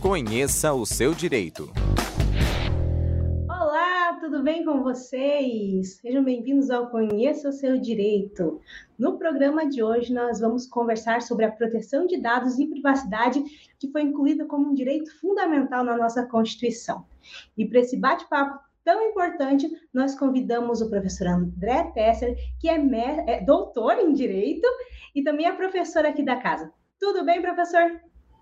Conheça o seu direito. Olá, tudo bem com vocês? Sejam bem-vindos ao Conheça o seu direito. No programa de hoje, nós vamos conversar sobre a proteção de dados e privacidade, que foi incluída como um direito fundamental na nossa Constituição. E para esse bate-papo tão importante, nós convidamos o professor André Tesser, que é doutor em Direito e também é professor aqui da casa. Tudo bem, professor?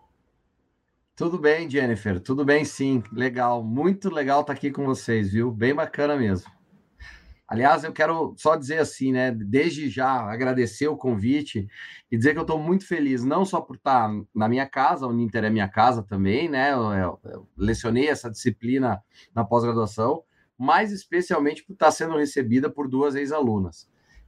Tudo bem, Jennifer. Tudo bem, sim. Legal. Muito legal estar aqui com vocês, viu? Bem bacana mesmo. Aliás, eu quero só dizer assim, né? Desde já agradecer o convite e dizer que eu estou muito feliz, não só por estar na minha casa, o Uninter é minha casa também, né? Eu lecionei essa disciplina na pós-graduação, mas especialmente por estar sendo recebida por 2 ex-alunas.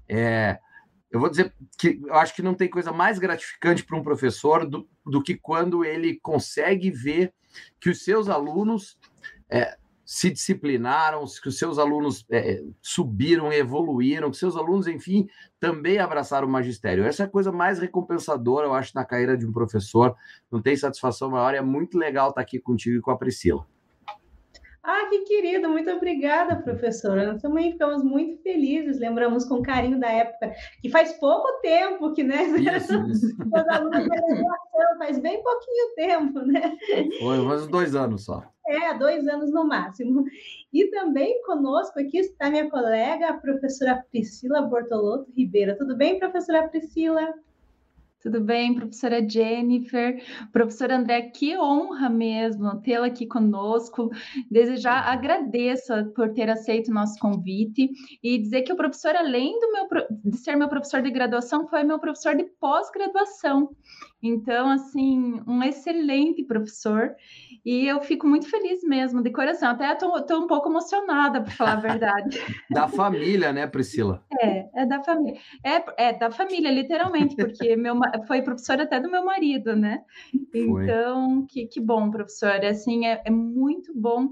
Eu vou dizer que eu acho que não tem coisa mais gratificante para um professor do que quando ele consegue ver que os seus alunos se disciplinaram, que os seus alunos subiram, evoluíram, que seus alunos, enfim, também abraçaram o magistério. Essa é a coisa mais recompensadora, eu acho, na carreira de um professor. Não tem satisfação maior, é muito legal estar aqui contigo e com a Priscila. Ah, que querido, muito obrigada, professora. Nós também ficamos muito felizes, lembramos com carinho da época, que faz pouco tempo que, né? Isso. Os alunos da graduação, faz bem pouquinho tempo, né? Foi uns 2 anos só. 2 anos no máximo. E também conosco aqui está minha colega, a professora Priscila Bortolotto Ribeiro. Tudo bem, professora Priscila? Tudo bem, professora Jennifer, professor André, que honra mesmo tê-la aqui conosco. Desde já agradeço por ter aceito o nosso convite e dizer que o professor, além de ser meu professor de graduação, foi meu professor de pós-graduação. Então, assim, um excelente professor e eu fico muito feliz mesmo, de coração. Até estou um pouco emocionada, para falar a verdade. Da família, né, Priscila? É da família. É da família, literalmente, porque foi professor até do meu marido, né? Foi. Então, que bom, professor. Assim, é muito bom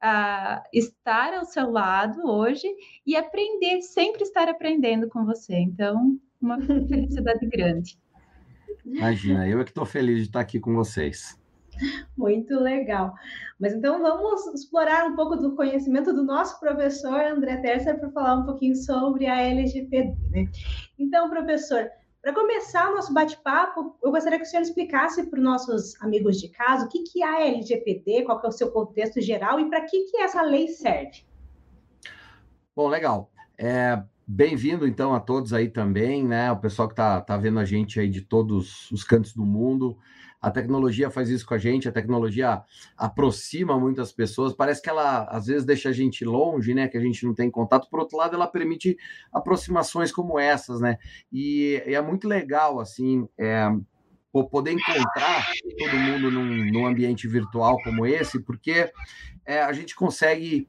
estar ao seu lado hoje e aprender, sempre estar aprendendo com você. Então, uma felicidade grande. Imagina, eu é que estou feliz de estar aqui com vocês. Muito legal. Mas então vamos explorar um pouco do conhecimento do nosso professor André Tesser para falar um pouquinho sobre a LGPD, né? Então, professor, para começar o nosso bate-papo, eu gostaria que o senhor explicasse para os nossos amigos de casa o que é a LGPD, qual que é o seu contexto geral e para que essa lei serve. Bom, legal. Bem-vindo, então, a todos aí também, né? O pessoal que tá vendo a gente aí de todos os cantos do mundo. A tecnologia faz isso com a gente, a tecnologia aproxima muitas pessoas. Parece que ela, às vezes, deixa a gente longe, né? Que a gente não tem contato. Por outro lado, ela permite aproximações como essas, né? E é muito legal, assim, poder encontrar todo mundo num ambiente virtual como esse, porque a gente consegue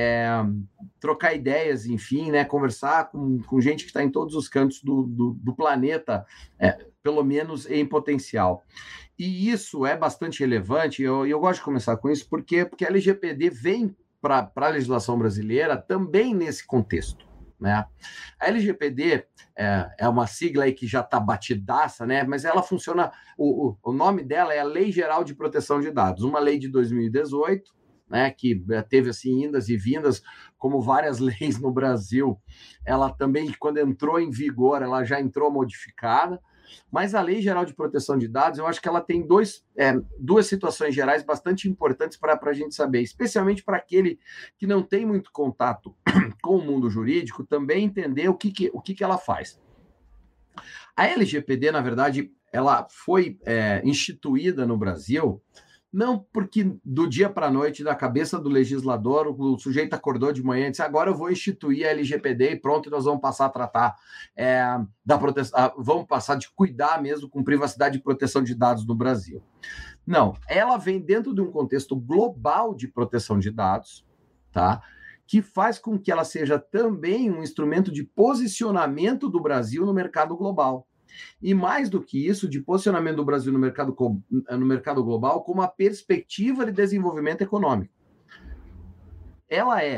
trocar ideias, enfim, né, conversar com gente que está em todos os cantos do planeta, pelo menos em potencial. E isso é bastante relevante, eu gosto de começar com isso, porque a LGPD vem para a legislação brasileira também nesse contexto, né? A LGPD é uma sigla aí que já está batidaça, né? Mas ela funciona, o nome dela é a Lei Geral de Proteção de Dados, uma lei de 2018, né, que teve assim indas e vindas, como várias leis no Brasil. Ela também, quando entrou em vigor, ela já entrou modificada, mas a Lei Geral de Proteção de Dados, eu acho que ela tem duas situações gerais bastante importantes para a gente saber, especialmente para aquele que não tem muito contato com o mundo jurídico, também entender o que ela faz. A LGPD, na verdade, ela foi instituída no Brasil não porque do dia para a noite, da cabeça do legislador, o sujeito acordou de manhã e disse, agora eu vou instituir a LGPD e pronto, nós vamos passar a tratar da proteção, vamos passar de cuidar mesmo com privacidade e proteção de dados no Brasil. Não, ela vem dentro de um contexto global de proteção de dados, tá? Que faz com que ela seja também um instrumento de posicionamento do Brasil no mercado global. E mais do que isso, de posicionamento do Brasil no mercado global como a perspectiva de desenvolvimento econômico. Ela é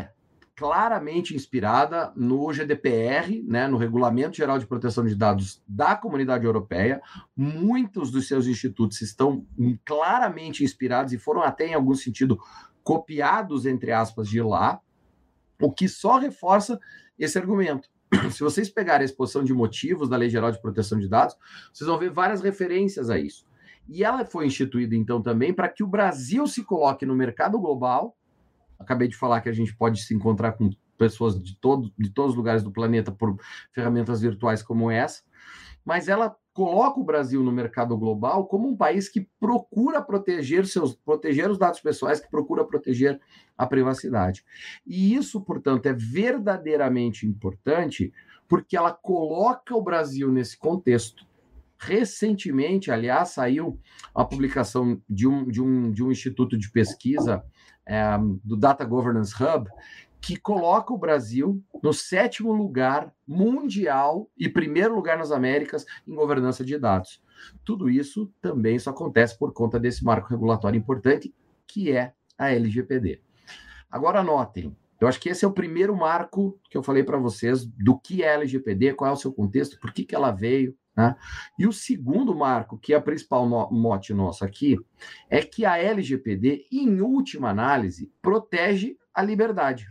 claramente inspirada no GDPR, né, no Regulamento Geral de Proteção de Dados da Comunidade Europeia. Muitos dos seus institutos estão claramente inspirados e foram até, em algum sentido, copiados, entre aspas, de lá, o que só reforça esse argumento. Se vocês pegarem a exposição de motivos da Lei Geral de Proteção de Dados, vocês vão ver várias referências a isso. E ela foi instituída, então, também para que o Brasil se coloque no mercado global. Acabei de falar que a gente pode se encontrar com pessoas de todos os lugares do planeta por ferramentas virtuais como essa, mas ela coloca o Brasil no mercado global como um país que procura proteger os dados pessoais, que procura proteger a privacidade. E isso, portanto, é verdadeiramente importante porque ela coloca o Brasil nesse contexto. Recentemente, aliás, saiu a publicação de um instituto de pesquisa do Data Governance Hub, que coloca o Brasil no 7º lugar mundial e 1º lugar nas Américas em governança de dados. Tudo isso também só acontece por conta desse marco regulatório importante, que é a LGPD. Agora anotem, eu acho que esse é o primeiro marco que eu falei para vocês do que é a LGPD, qual é o seu contexto, por que ela veio, né? E o segundo marco, que é a principal mote nosso aqui, é que a LGPD, em última análise, protege a liberdade.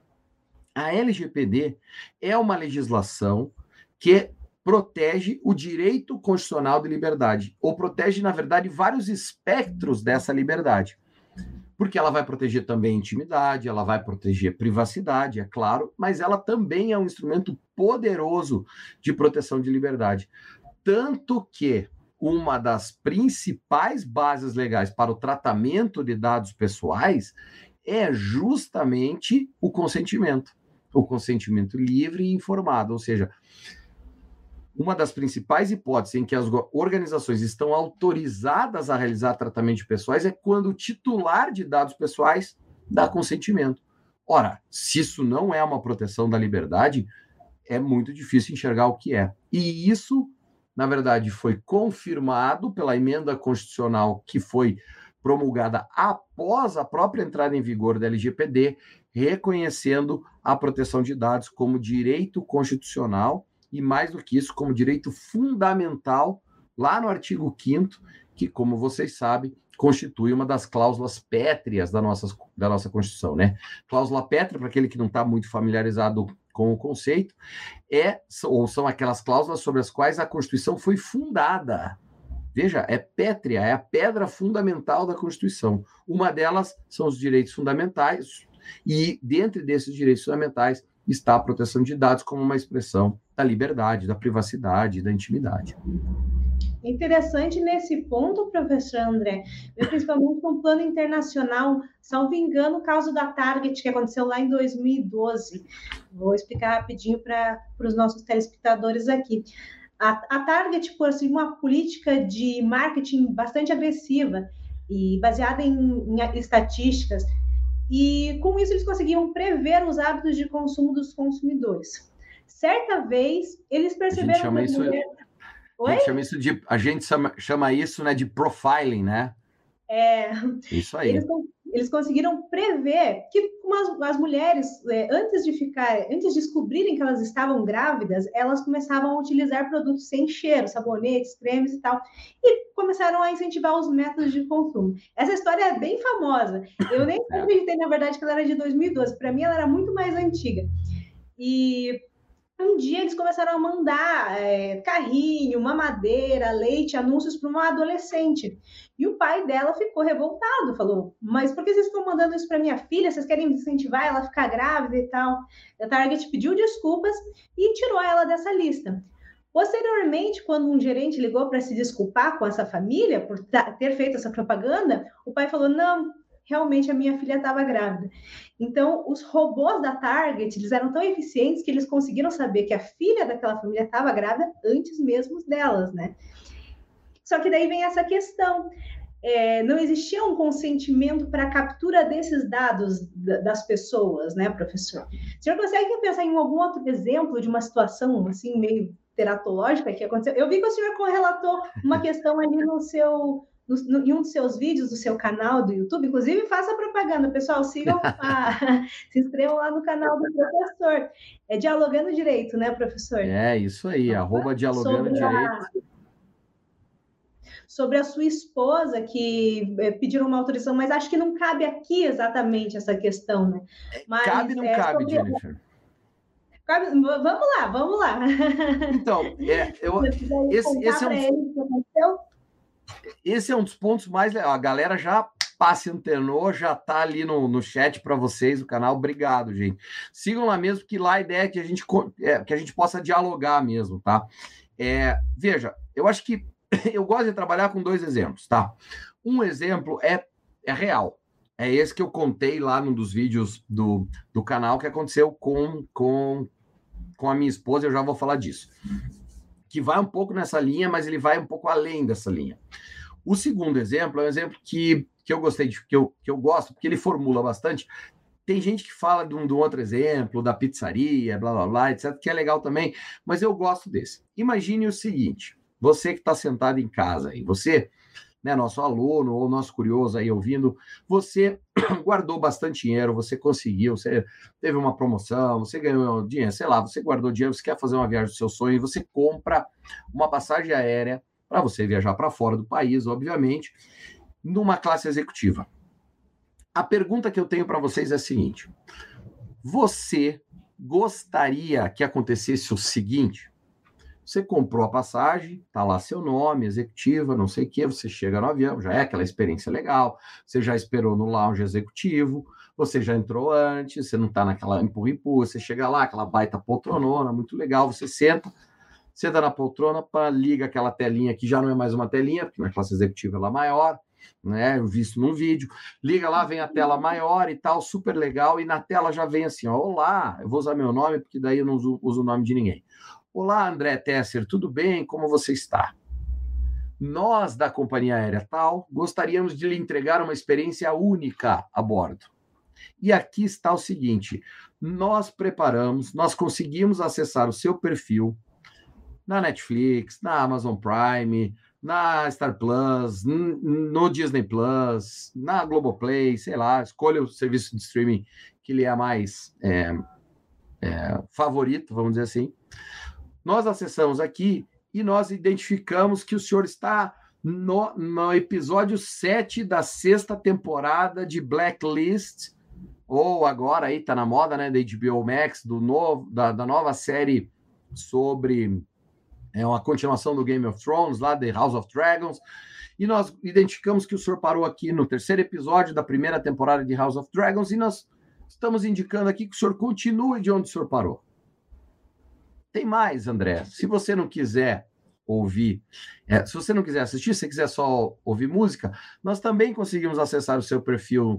A LGPD é uma legislação que protege o direito constitucional de liberdade, ou protege, na verdade, vários espectros dessa liberdade. Porque ela vai proteger também a intimidade, ela vai proteger privacidade, é claro, mas ela também é um instrumento poderoso de proteção de liberdade. Tanto que uma das principais bases legais para o tratamento de dados pessoais é justamente o consentimento livre e informado, ou seja, uma das principais hipóteses em que as organizações estão autorizadas a realizar tratamento de pessoais é quando o titular de dados pessoais dá consentimento. Ora, se isso não é uma proteção da liberdade, é muito difícil enxergar o que é. E isso, na verdade, foi confirmado pela emenda constitucional que foi promulgada após a própria entrada em vigor da LGPD, reconhecendo a proteção de dados como direito constitucional e, mais do que isso, como direito fundamental, lá no artigo 5º, que, como vocês sabem, constitui uma das cláusulas pétreas da nossa Constituição, né? Cláusula pétrea, para aquele que não está muito familiarizado com o conceito, são aquelas cláusulas sobre as quais a Constituição foi fundada. Veja, é pétrea, é a pedra fundamental da Constituição. Uma delas são os direitos fundamentais, e dentre desses direitos fundamentais está a proteção de dados como uma expressão da liberdade, da privacidade, da intimidade. Interessante nesse ponto, professor André, principalmente no plano internacional, salvo engano, o caso da Target, que aconteceu lá em 2012. Vou explicar rapidinho para os nossos telespectadores aqui. A Target possui uma política de marketing bastante agressiva e baseada em estatísticas, e com isso eles conseguiam prever os hábitos de consumo dos consumidores. Certa vez, eles perceberam a gente chama isso, né, de profiling, né? Isso aí. Eles conseguiram prever que as mulheres, antes de descobrirem que elas estavam grávidas, elas começavam a utilizar produtos sem cheiro, sabonetes, cremes e tal, e começaram a incentivar os métodos de consumo. Essa história é bem famosa. Eu nem acreditei, na verdade, que ela era de 2012. Para mim, ela era muito mais antiga. E um dia eles começaram a mandar carrinho, mamadeira, leite, anúncios para uma adolescente. E o pai dela ficou revoltado, falou: mas por que vocês estão mandando isso para minha filha? Vocês querem incentivar ela a ficar grávida e tal? A Target pediu desculpas e tirou ela dessa lista. Posteriormente, quando um gerente ligou para se desculpar com essa família por ter feito essa propaganda, o pai falou: não, realmente a minha filha estava grávida. Então, os robôs da Target, eles eram tão eficientes que eles conseguiram saber que a filha daquela família estava grávida antes mesmo delas, né? Só que daí vem essa questão. Não existia um consentimento para a captura desses dados das pessoas, né, professor? O senhor consegue pensar em algum outro exemplo de uma situação, assim, meio teratológica que aconteceu? Eu vi que o senhor correlatou uma questão ali no seu em um dos seus vídeos do seu canal do YouTube. Inclusive, faça propaganda, pessoal, sigam, se inscrevam lá no canal do professor. É Dialogando Direito, né, professor? É isso aí, @Dialogando Direito. Sobre a sua esposa, que pediram uma autorização, mas acho que não cabe aqui exatamente essa questão, né? Mas, cabe ou não cabe, sobre... Jennifer? Vamos lá. Então, esse é um dos pontos mais legais. A galera já se antenou, já está ali no chat para vocês, o canal. Obrigado, gente. Sigam lá mesmo, que lá a ideia é que a gente possa dialogar mesmo, tá? Veja, eu acho que eu gosto de trabalhar com 2 exemplos, tá? Um exemplo é real. É esse que eu contei lá num dos vídeos do canal que aconteceu com a minha esposa. Eu já vou falar disso. Que vai um pouco nessa linha, mas ele vai um pouco além dessa linha. O segundo exemplo é um exemplo que eu gostei, que eu gosto, porque ele formula bastante. Tem gente que fala de um outro exemplo, da pizzaria, blá, blá, blá, etc., que é legal também, mas eu gosto desse. Imagine o seguinte, você que está sentado em casa, aí, você, né, nosso aluno ou nosso curioso aí ouvindo, você guardou bastante dinheiro, você conseguiu, você teve uma promoção, você ganhou dinheiro, sei lá, você guardou dinheiro, você quer fazer uma viagem do seu sonho, e você compra uma passagem aérea para você viajar para fora do país, obviamente, numa classe executiva. A pergunta que eu tenho para vocês é a seguinte: você gostaria que acontecesse o seguinte? Você comprou a passagem, tá lá seu nome, executiva, não sei o quê, você chega no avião, já é aquela experiência legal, você já esperou no lounge executivo, você já entrou antes, você não tá naquela empurra-empurra, você chega lá, aquela baita poltronona, muito legal, você senta na poltrona, liga aquela telinha que já não é mais uma telinha, porque na classe executiva ela é maior, né? Eu vi isso num vídeo. Liga lá, vem a tela maior e tal, super legal, e na tela já vem assim, ó, olá, eu vou usar meu nome, porque daí eu não uso o nome de ninguém. Olá, André Tesser, tudo bem? Como você está? Nós, da companhia aérea tal, gostaríamos de lhe entregar uma experiência única a bordo. E aqui está o seguinte, nós conseguimos acessar o seu perfil na Netflix, na Amazon Prime, na Star Plus, no Disney Plus, na Globoplay, sei lá, escolha o serviço de streaming que lhe é mais favorito, vamos dizer assim. Nós acessamos aqui e nós identificamos que o senhor está no episódio 7 da 6ª temporada de Blacklist, ou agora aí tá na moda, né, da HBO Max, da nova série sobre uma continuação do Game of Thrones, lá de House of Dragons, e nós identificamos que o senhor parou aqui no 3º episódio da 1ª temporada de House of Dragons, e nós estamos indicando aqui que o senhor continue de onde o senhor parou. Tem mais, André. Se você não quiser ouvir, se você não quiser assistir, se você quiser só ouvir música, nós também conseguimos acessar o seu perfil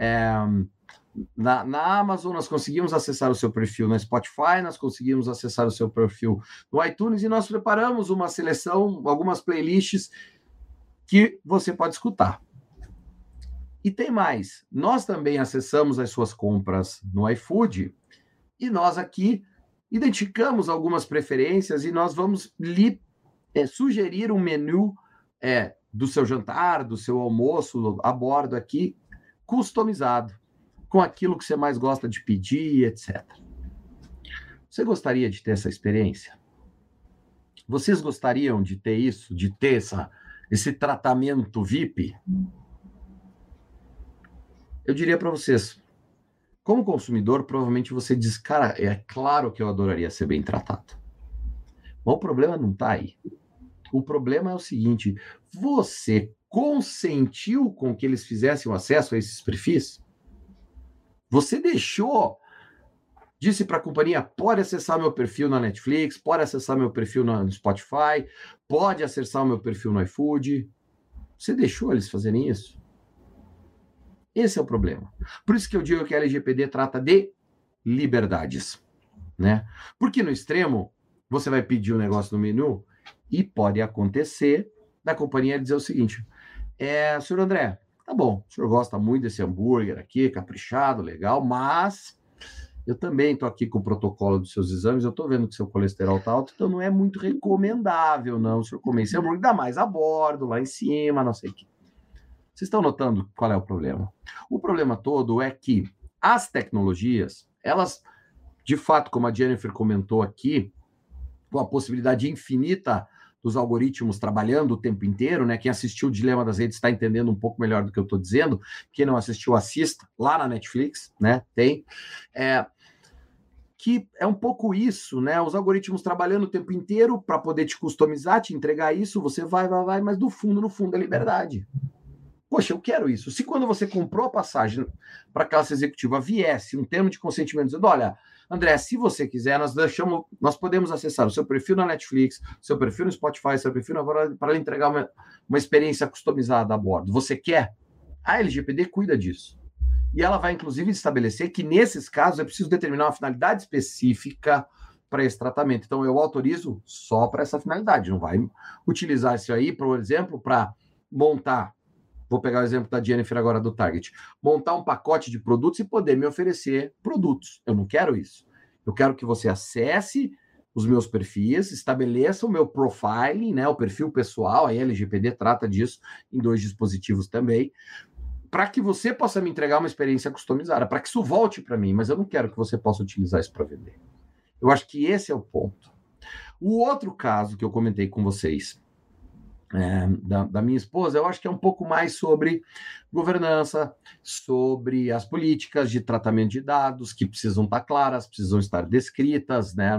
na Amazon, nós conseguimos acessar o seu perfil na Spotify, nós conseguimos acessar o seu perfil no iTunes, e nós preparamos uma seleção, algumas playlists que você pode escutar. E tem mais. Nós também acessamos as suas compras no iFood, e nós aqui identificamos algumas preferências e nós vamos lhe sugerir um menu do seu jantar, do seu almoço a bordo aqui, customizado, com aquilo que você mais gosta de pedir, etc. Você gostaria de ter essa experiência? Vocês gostariam de ter isso, de ter esse tratamento VIP? Eu diria para vocês, como consumidor, provavelmente você diz, cara, é claro que eu adoraria ser bem tratado. Mas o problema não está aí. O problema é o seguinte, você consentiu com que eles fizessem o acesso a esses perfis? Você disse para a companhia, pode acessar meu perfil na Netflix, pode acessar meu perfil no Spotify, pode acessar o meu perfil no iFood. Você deixou eles fazerem isso? Esse é o problema. Por isso que eu digo que a LGPD trata de liberdades, né? Porque no extremo, você vai pedir um negócio no menu e pode acontecer da companhia dizer o seguinte, senhor André, tá bom, o senhor gosta muito desse hambúrguer aqui, caprichado, legal, mas eu também estou aqui com o protocolo dos seus exames, eu estou vendo que seu colesterol está alto, então não é muito recomendável, não, o senhor comer esse hambúrguer, ainda mais a bordo, lá em cima, não sei o quê. Vocês estão notando qual é o problema? O problema todo é que as tecnologias, elas, de fato, como a Jennifer comentou aqui, com a possibilidade infinita dos algoritmos trabalhando o tempo inteiro, né? Quem assistiu o Dilema das Redes está entendendo um pouco melhor do que eu estou dizendo. Quem não assistiu, assista lá na Netflix, né? Tem. Que é um pouco isso, né? Os algoritmos trabalhando o tempo inteiro para poder te customizar, te entregar isso, você vai, mas no fundo é liberdade. Poxa, eu quero isso. Se quando você comprou a passagem para a classe executiva viesse um termo de consentimento dizendo, olha, André, se você quiser, nós podemos acessar o seu perfil na Netflix, seu perfil no Spotify, seu perfil para lhe entregar uma experiência customizada a bordo. Você quer? A LGPD cuida disso. E ela vai, inclusive, estabelecer que, nesses casos, é preciso determinar uma finalidade específica para esse tratamento. Então, eu autorizo só para essa finalidade. Não vai utilizar isso aí, por exemplo, para montar. Vou pegar o exemplo da Jennifer agora do Target. Montar um pacote de produtos e poder me oferecer produtos. Eu não quero isso. Eu quero que você acesse os meus perfis, estabeleça o meu profiling, né, o perfil pessoal, a LGPD trata disso em 2 dispositivos também, para que você possa me entregar uma experiência customizada, para que isso volte para mim, mas eu não quero que você possa utilizar isso para vender. Eu acho que esse é o ponto. O outro caso que eu comentei com vocês, da minha esposa, eu acho que é um pouco mais sobre governança, sobre as políticas de tratamento de dados que precisam estar claras, precisam estar descritas, né,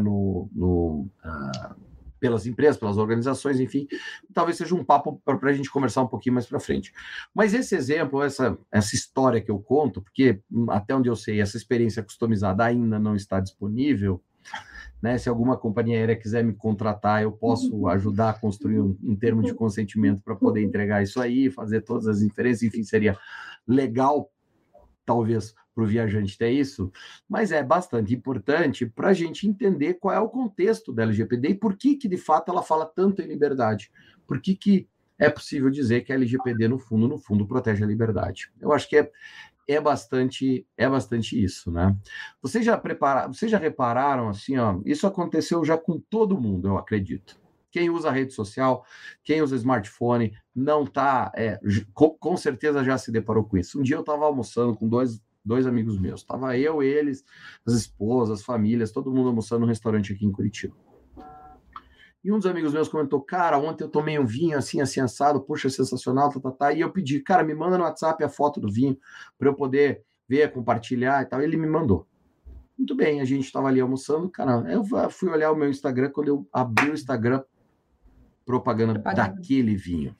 pelas empresas, pelas organizações, enfim, talvez seja um papo para a gente conversar um pouquinho mais para frente. Mas esse exemplo, essa história que eu conto, porque até onde eu sei, essa experiência customizada ainda não está disponível, né? Se alguma companhia aérea quiser me contratar, eu posso ajudar a construir um termo de consentimento para poder entregar isso aí, fazer todas as inferências, enfim, seria legal, talvez, para o viajante ter isso, mas é bastante importante para a gente entender qual é o contexto da LGPD e por que, de fato, ela fala tanto em liberdade. Por que é possível dizer que a LGPD, no fundo, protege a liberdade. Eu acho que é bastante isso, né? Vocês já repararam, assim, ó, isso aconteceu já com todo mundo, eu acredito. Quem usa rede social, quem usa smartphone, não está, com certeza já se deparou com isso. Um dia eu estava almoçando com dois amigos meus, estava eu, eles, as esposas, as famílias, todo mundo almoçando num restaurante aqui em Curitiba. E um dos amigos meus comentou, cara, ontem eu tomei um vinho assim assado, poxa, sensacional, e eu pedi, cara, me manda no WhatsApp a foto do vinho para eu poder ver, compartilhar e tal. Ele me mandou. Muito bem, a gente estava ali almoçando, cara, eu fui olhar o meu Instagram, quando eu abri o Instagram, propaganda daquele vinho.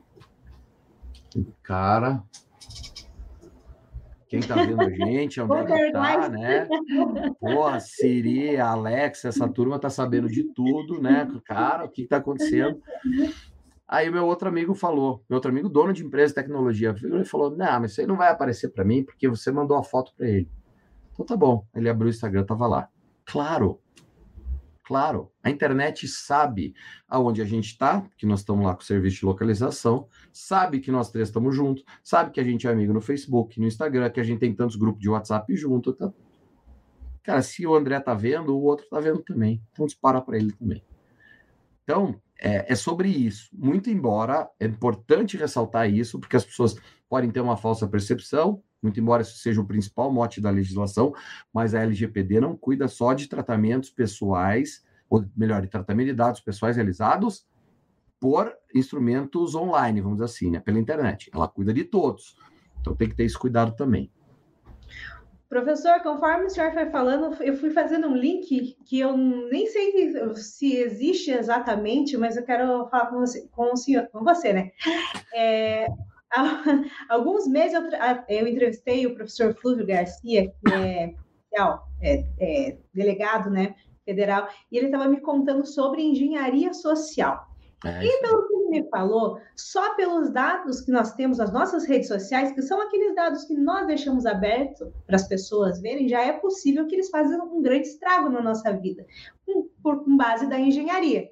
Cara, quem tá vendo a gente, onde é que tá, né? Porra, Siri, Alexa, essa turma tá sabendo de tudo, né? Cara, o que tá acontecendo? Aí o meu outro amigo dono de empresa de tecnologia, ele falou, não, mas isso aí não vai aparecer para mim, porque você mandou a foto para ele. Então tá bom, ele abriu o Instagram, tava lá. Claro, a internet sabe aonde a gente está, que nós estamos lá com o serviço de localização, sabe que nós 3 estamos juntos, sabe que a gente é amigo no Facebook, no Instagram, que a gente tem tantos grupos de WhatsApp junto. Tá? Cara, se o André tá vendo, o outro tá vendo também. Então dispara para ele também. Então, é sobre isso. Muito embora, é importante ressaltar isso, porque as pessoas podem ter uma falsa percepção, muito embora isso seja o principal mote da legislação, mas a LGPD não cuida só de tratamentos pessoais, ou melhor, de tratamento de dados pessoais realizados por instrumentos online, vamos dizer assim, né, pela internet. Ela cuida de todos. Então tem que ter esse cuidado também. Professor, conforme o senhor foi falando, eu fui fazendo um link que eu nem sei se existe exatamente, mas eu quero falar com você, né? Há alguns meses eu entrevistei o professor Flúvio Garcia, que é delegado, né, federal, e ele estava me contando sobre engenharia social. E pelo que ele me falou, só pelos dados que nós temos nas nossas redes sociais, que são aqueles dados que nós deixamos abertos para as pessoas verem, já é possível que eles façam um grande estrago na nossa vida, com base da engenharia.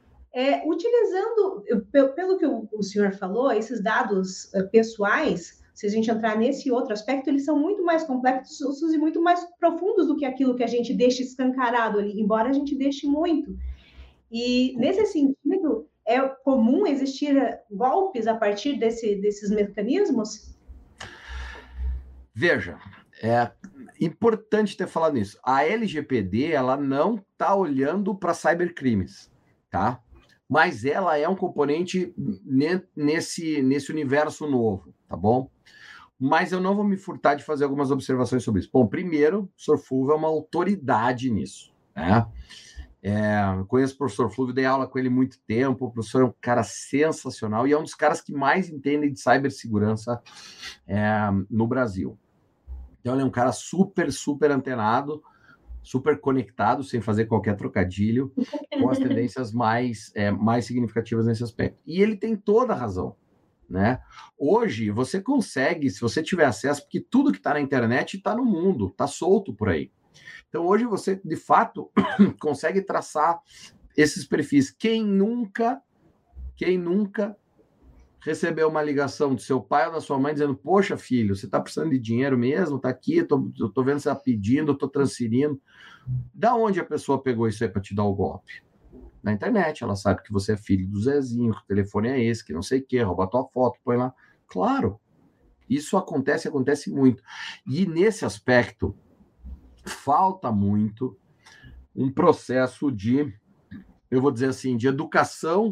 Utilizando, pelo que o senhor falou, esses dados pessoais se a gente entrar nesse outro aspecto, eles são muito mais complexos e muito mais profundos do que aquilo que a gente deixa escancarado ali, embora a gente deixe muito. E, nesse sentido, é comum existir golpes a partir desses mecanismos? Veja, é importante ter falado nisso. A LGPD, ela não está olhando para cybercrimes, tá? Mas ela é um componente nesse universo novo, tá bom? Mas eu não vou me furtar de fazer algumas observações sobre isso. Bom, primeiro, o Sr. Fulvio é uma autoridade nisso, né? Conheço o professor Flúvio, dei aula com ele há muito tempo, o professor é um cara sensacional e é um dos caras que mais entendem de cibersegurança no Brasil. Então ele é um cara super, super antenado, super conectado, sem fazer qualquer trocadilho, com as tendências mais significativas nesse aspecto. E ele tem toda a razão, né? Hoje, você consegue, se você tiver acesso, porque tudo que está na internet está no mundo, está solto por aí. Então, hoje você, de fato, consegue traçar esses perfis. Quem nunca recebeu uma ligação do seu pai ou da sua mãe dizendo, poxa, filho, você está precisando de dinheiro mesmo? Está aqui, eu tô vendo você está pedindo, eu estou transferindo. Da onde a pessoa pegou isso aí para te dar o golpe? Na internet, ela sabe que você é filho do Zezinho, que o telefone é esse, que não sei o quê, rouba a tua foto, põe lá. Claro, isso acontece muito. E nesse aspecto, falta muito um processo de, eu vou dizer assim, de educação,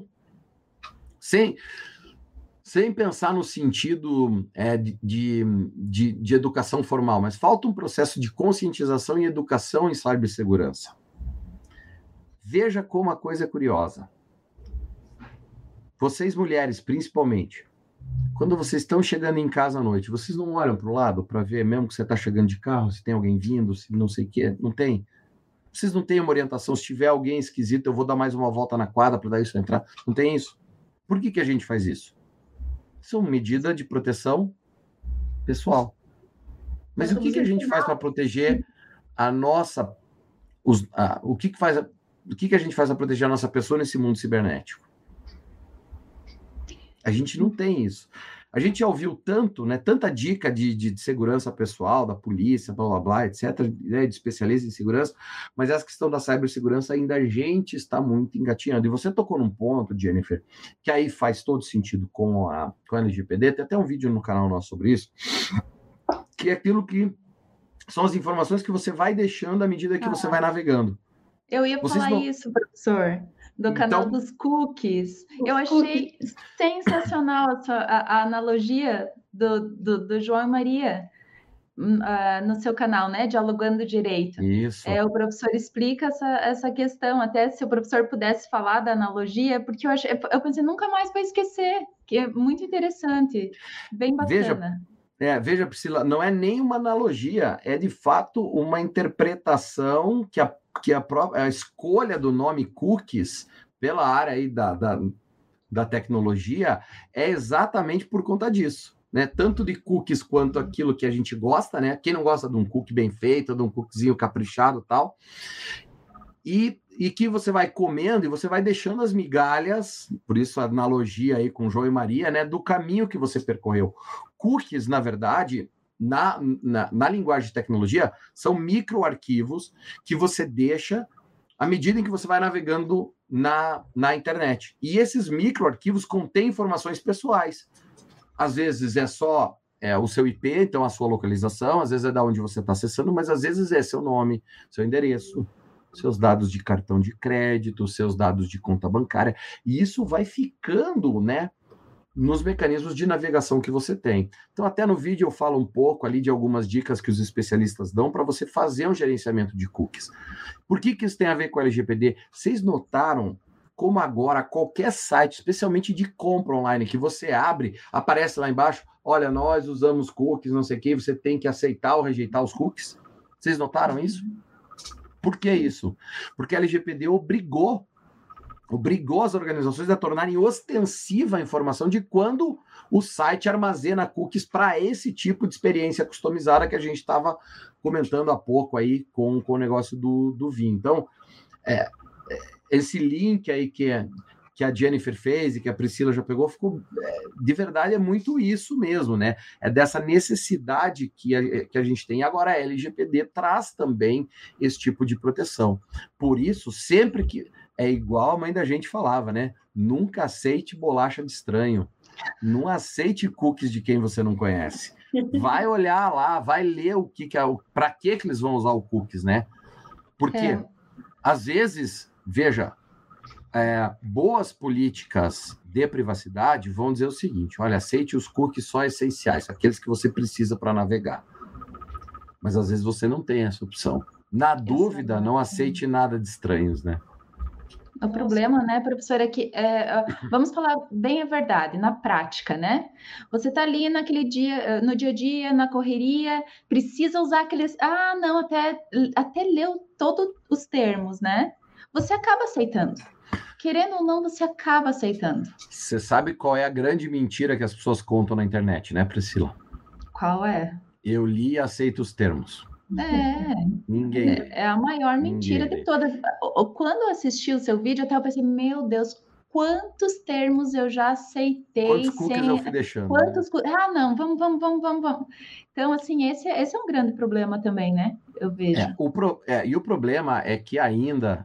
sem pensar no sentido de educação formal, mas falta um processo de conscientização e educação em cibersegurança. Veja como a coisa é curiosa. Vocês mulheres, principalmente, quando vocês estão chegando em casa à noite, vocês não olham para o lado para ver mesmo que você está chegando de carro, se tem alguém vindo, se não sei o quê? Não tem? Vocês não têm uma orientação? Se tiver alguém esquisito, eu vou dar mais uma volta na quadra para dar isso entrar? Não tem isso? Por que a gente faz isso? São medidas de proteção pessoal. Mas o que a gente faz para proteger a nossa... O que a gente faz para proteger a nossa pessoa nesse mundo cibernético? A gente não tem isso. A gente já ouviu tanto, né, tanta dica de segurança pessoal, da polícia, blá, blá, blá, etc., né, de especialistas em segurança, mas essa questão da cibersegurança ainda a gente está muito engatinhando. E você tocou num ponto, Jennifer, que aí faz todo sentido com a LGPD, tem até um vídeo no canal nosso sobre isso, que é aquilo que são as informações que você vai deixando à medida que você vai navegando. Eu ia falar isso, professor, do canal dos cookies. Eu achei sensacional a analogia do João e Maria no seu canal, né? Dialogando Direito. Isso. O professor explica essa questão, até se o professor pudesse falar da analogia, porque eu pensei, nunca mais vou esquecer, que é muito interessante, bem bacana. Veja, Priscila, não é nem uma analogia, é de fato uma interpretação que a escolha do nome cookies pela área aí da tecnologia é exatamente por conta disso, né? Tanto de cookies quanto aquilo que a gente gosta, né? Quem não gosta de um cookie bem feito, de um cookiezinho caprichado e tal, e que você vai comendo e você vai deixando as migalhas, por isso a analogia aí com João e Maria, né? Do caminho que você percorreu. Cookies, na verdade, na linguagem de tecnologia, são microarquivos que você deixa à medida em que você vai navegando na internet. E esses microarquivos contêm informações pessoais. Às vezes é só o seu IP, então a sua localização, às vezes é da onde você está acessando, mas às vezes é seu nome, seu endereço, seus dados de cartão de crédito, seus dados de conta bancária. E isso vai ficando, né, nos mecanismos de navegação que você tem. Então, até no vídeo eu falo um pouco ali de algumas dicas que os especialistas dão para você fazer um gerenciamento de cookies. Por que isso tem a ver com a LGPD? Vocês notaram como agora qualquer site, especialmente de compra online, que você abre, aparece lá embaixo, olha, nós usamos cookies, não sei o que, você tem que aceitar ou rejeitar os cookies? Vocês notaram isso? Por que isso? Porque a LGPD obrigou as organizações a tornarem ostensiva a informação de quando o site armazena cookies para esse tipo de experiência customizada que a gente estava comentando há pouco aí com o negócio do vinho. Então, esse link aí que que a Jennifer fez e que a Priscila já pegou, de verdade é muito isso mesmo, né? É dessa necessidade que a gente tem. Agora a LGPD traz também esse tipo de proteção. Por isso, sempre que é igual a mãe da gente falava, né? Nunca aceite bolacha de estranho. Não aceite cookies de quem você não conhece. Vai olhar lá, vai ler o que é para que eles vão usar o cookies, né? Porque às vezes, veja, boas políticas de privacidade vão dizer o seguinte: olha, aceite os cookies só essenciais, aqueles que você precisa para navegar. Mas às vezes você não tem essa opção. Na dúvida, não aceite nada de estranhos, né? O problema, né, professora, é que, vamos falar bem a verdade, na prática, né? Você está ali naquele dia, no dia a dia, na correria, precisa usar aqueles... Ah, não, até leu todos os termos, né? Você acaba aceitando. Querendo ou não, você acaba aceitando. Você sabe qual é a grande mentira que as pessoas contam na internet, né, Priscila? Qual é? Eu li e aceito os termos. Ninguém lê. É a maior mentira de todas. Quando eu assisti o seu vídeo, eu até pensei, meu Deus, quantos termos eu já aceitei. Quantos cookies eu fui deixando? Ah, não, vamos. Então, assim, esse é um grande problema também, né? Eu vejo. E o problema é que ainda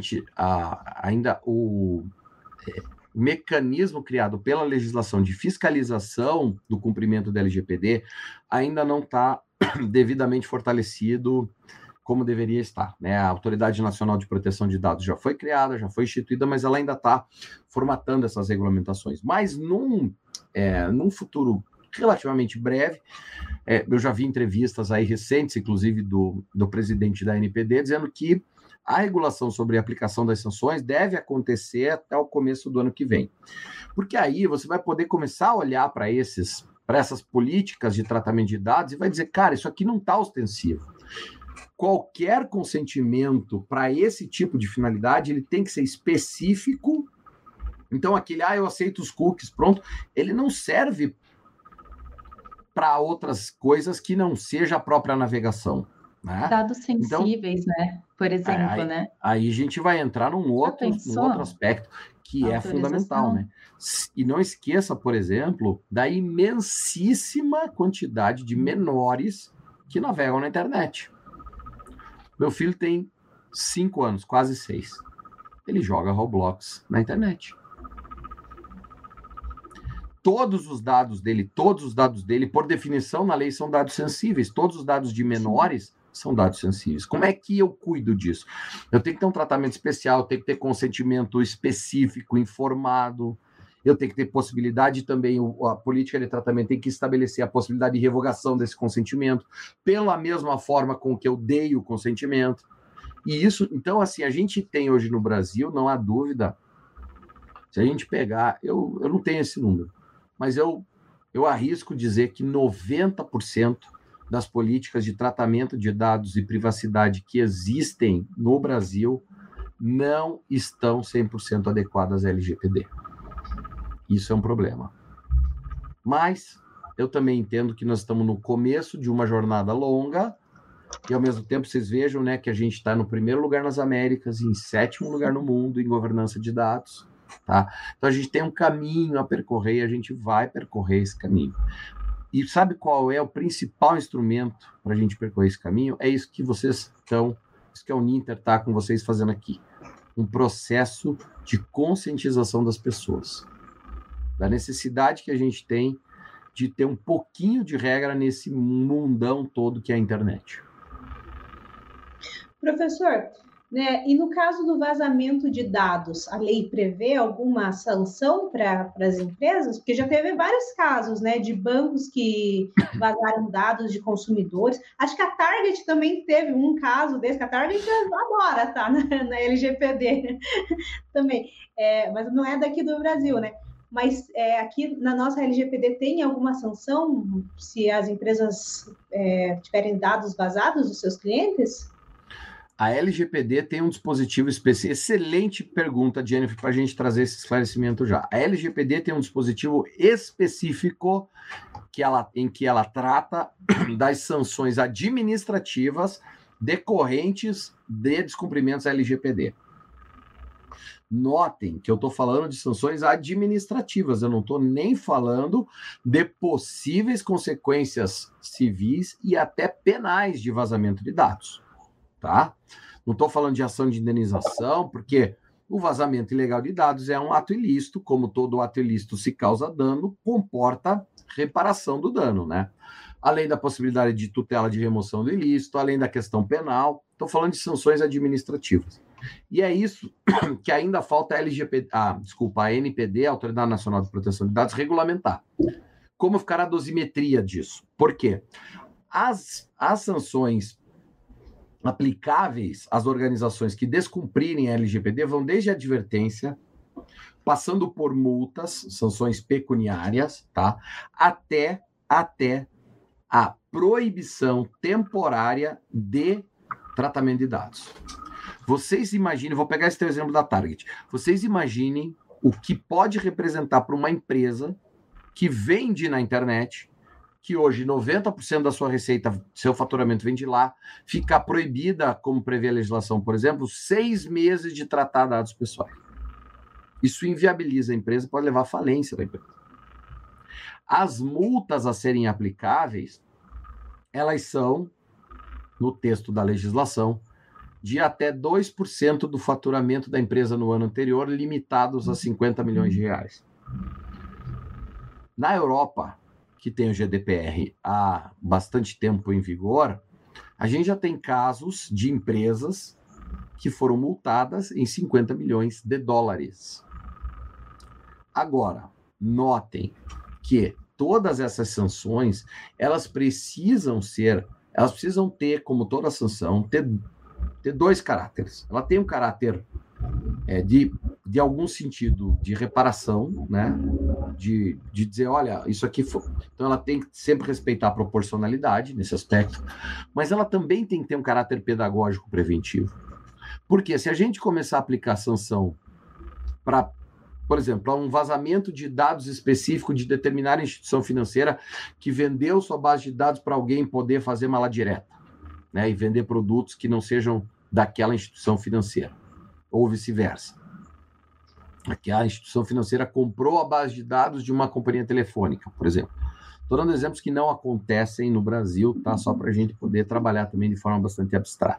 o mecanismo criado pela legislação de fiscalização do cumprimento da LGPD ainda não está devidamente fortalecido como deveria estar, né? A Autoridade Nacional de Proteção de Dados já foi criada, já foi instituída, mas ela ainda está formatando essas regulamentações. Mas num futuro relativamente breve, eu já vi entrevistas aí recentes, inclusive do presidente da NPD, dizendo que a regulação sobre a aplicação das sanções deve acontecer até o começo do ano que vem. Porque aí você vai poder começar a olhar para essas políticas de tratamento de dados e vai dizer, cara, isso aqui não está ostensivo. Qualquer consentimento para esse tipo de finalidade, ele tem que ser específico. Então, eu aceito os cookies, pronto, ele não serve para outras coisas que não seja a própria navegação. Né? Dados sensíveis, então, né? Por exemplo, né? Aí a gente vai entrar num outro aspecto que é fundamental, né? E não esqueça, por exemplo, da imensíssima quantidade de menores que navegam na internet. Meu filho tem 5 anos, quase 6. Ele joga Roblox na internet. Todos os dados dele, por definição, na lei, são dados sensíveis. Todos os dados de menores são dados sensíveis. Como é que eu cuido disso? Eu tenho que ter um tratamento especial, eu tenho que ter consentimento específico, informado, eu tenho que ter possibilidade também, a política de tratamento tem que estabelecer a possibilidade de revogação desse consentimento, pela mesma forma com que eu dei o consentimento. E isso, então, assim, a gente tem hoje no Brasil, não há dúvida, se a gente pegar, eu não tenho esse número, mas eu arrisco dizer que 90% das políticas de tratamento de dados e privacidade que existem no Brasil não estão 100% adequadas à LGPD. Isso é um problema. Mas eu também entendo que nós estamos no começo de uma jornada longa e, ao mesmo tempo, vocês vejam, né, que a gente está no primeiro lugar nas Américas, em 7º lugar no mundo em governança de dados. Tá? Então, a gente tem um caminho a percorrer e a gente vai percorrer esse caminho. E sabe qual é o principal instrumento para a gente percorrer esse caminho? É isso que vocês estão, isso que a Uninter está com vocês fazendo aqui. Um processo de conscientização das pessoas. Da necessidade que a gente tem de ter um pouquinho de regra nesse mundão todo que é a internet. Professor, né, e no caso do vazamento de dados, a lei prevê alguma sanção para as empresas? Porque já teve vários casos, né, de bancos que vazaram dados de consumidores. Acho que a Target também teve um caso desse, que a Target agora tá na LGPD também, mas não é daqui do Brasil, né? Mas aqui na nossa LGPD tem alguma sanção se as empresas tiverem dados vazados dos seus clientes? A LGPD tem um dispositivo específico. Excelente pergunta, Jennifer, para a gente trazer esse esclarecimento já. A LGPD tem um dispositivo específico em que ela trata das sanções administrativas decorrentes de descumprimentos da LGPD. Notem que eu estou falando de sanções administrativas, eu não estou nem falando de possíveis consequências civis e até penais de vazamento de dados, tá? Não estou falando de ação de indenização, porque o vazamento ilegal de dados é um ato ilícito, como todo ato ilícito se causa dano, comporta reparação do dano, né? Além da possibilidade de tutela de remoção do ilícito, além da questão penal, estou falando de sanções administrativas. E é isso que ainda falta a ANPD, a Autoridade Nacional de Proteção de Dados, regulamentar. Como ficará a dosimetria disso? Por quê? As sanções aplicáveis às organizações que descumprirem a LGPD vão desde a advertência, passando por multas, sanções pecuniárias, tá? Até a proibição temporária de tratamento de dados. Vocês imaginem, vou pegar esse exemplo da Target, vocês imaginem o que pode representar para uma empresa que vende na internet, que hoje 90% da sua receita, seu faturamento vem de lá, ficar proibida, como prevê a legislação, por exemplo, 6 meses de tratar dados pessoais. Isso inviabiliza a empresa, pode levar à falência da empresa. As multas a serem aplicáveis, elas são, no texto da legislação, de até 2% do faturamento da empresa no ano anterior, limitados a 50 milhões de reais. Na Europa, que tem o GDPR há bastante tempo em vigor, a gente já tem casos de empresas que foram multadas em 50 milhões de dólares. Agora, notem que todas essas sanções, elas precisam ter, como toda sanção, ter 2 caráteres. Ela tem um caráter de algum sentido de reparação, né? De dizer, olha, isso aqui foi... Então, ela tem que sempre respeitar a proporcionalidade nesse aspecto, mas ela também tem que ter um caráter pedagógico preventivo. Porque se a gente começar a aplicar sanção para, por exemplo, para um vazamento de dados específico de determinada instituição financeira que vendeu sua base de dados para alguém poder fazer mala direta, né? E vender produtos que não sejam daquela instituição financeira, ou vice-versa. A instituição financeira comprou a base de dados de uma companhia telefônica, por exemplo. Estou dando exemplos que não acontecem no Brasil, tá? Só para a gente poder trabalhar também de forma bastante abstrata.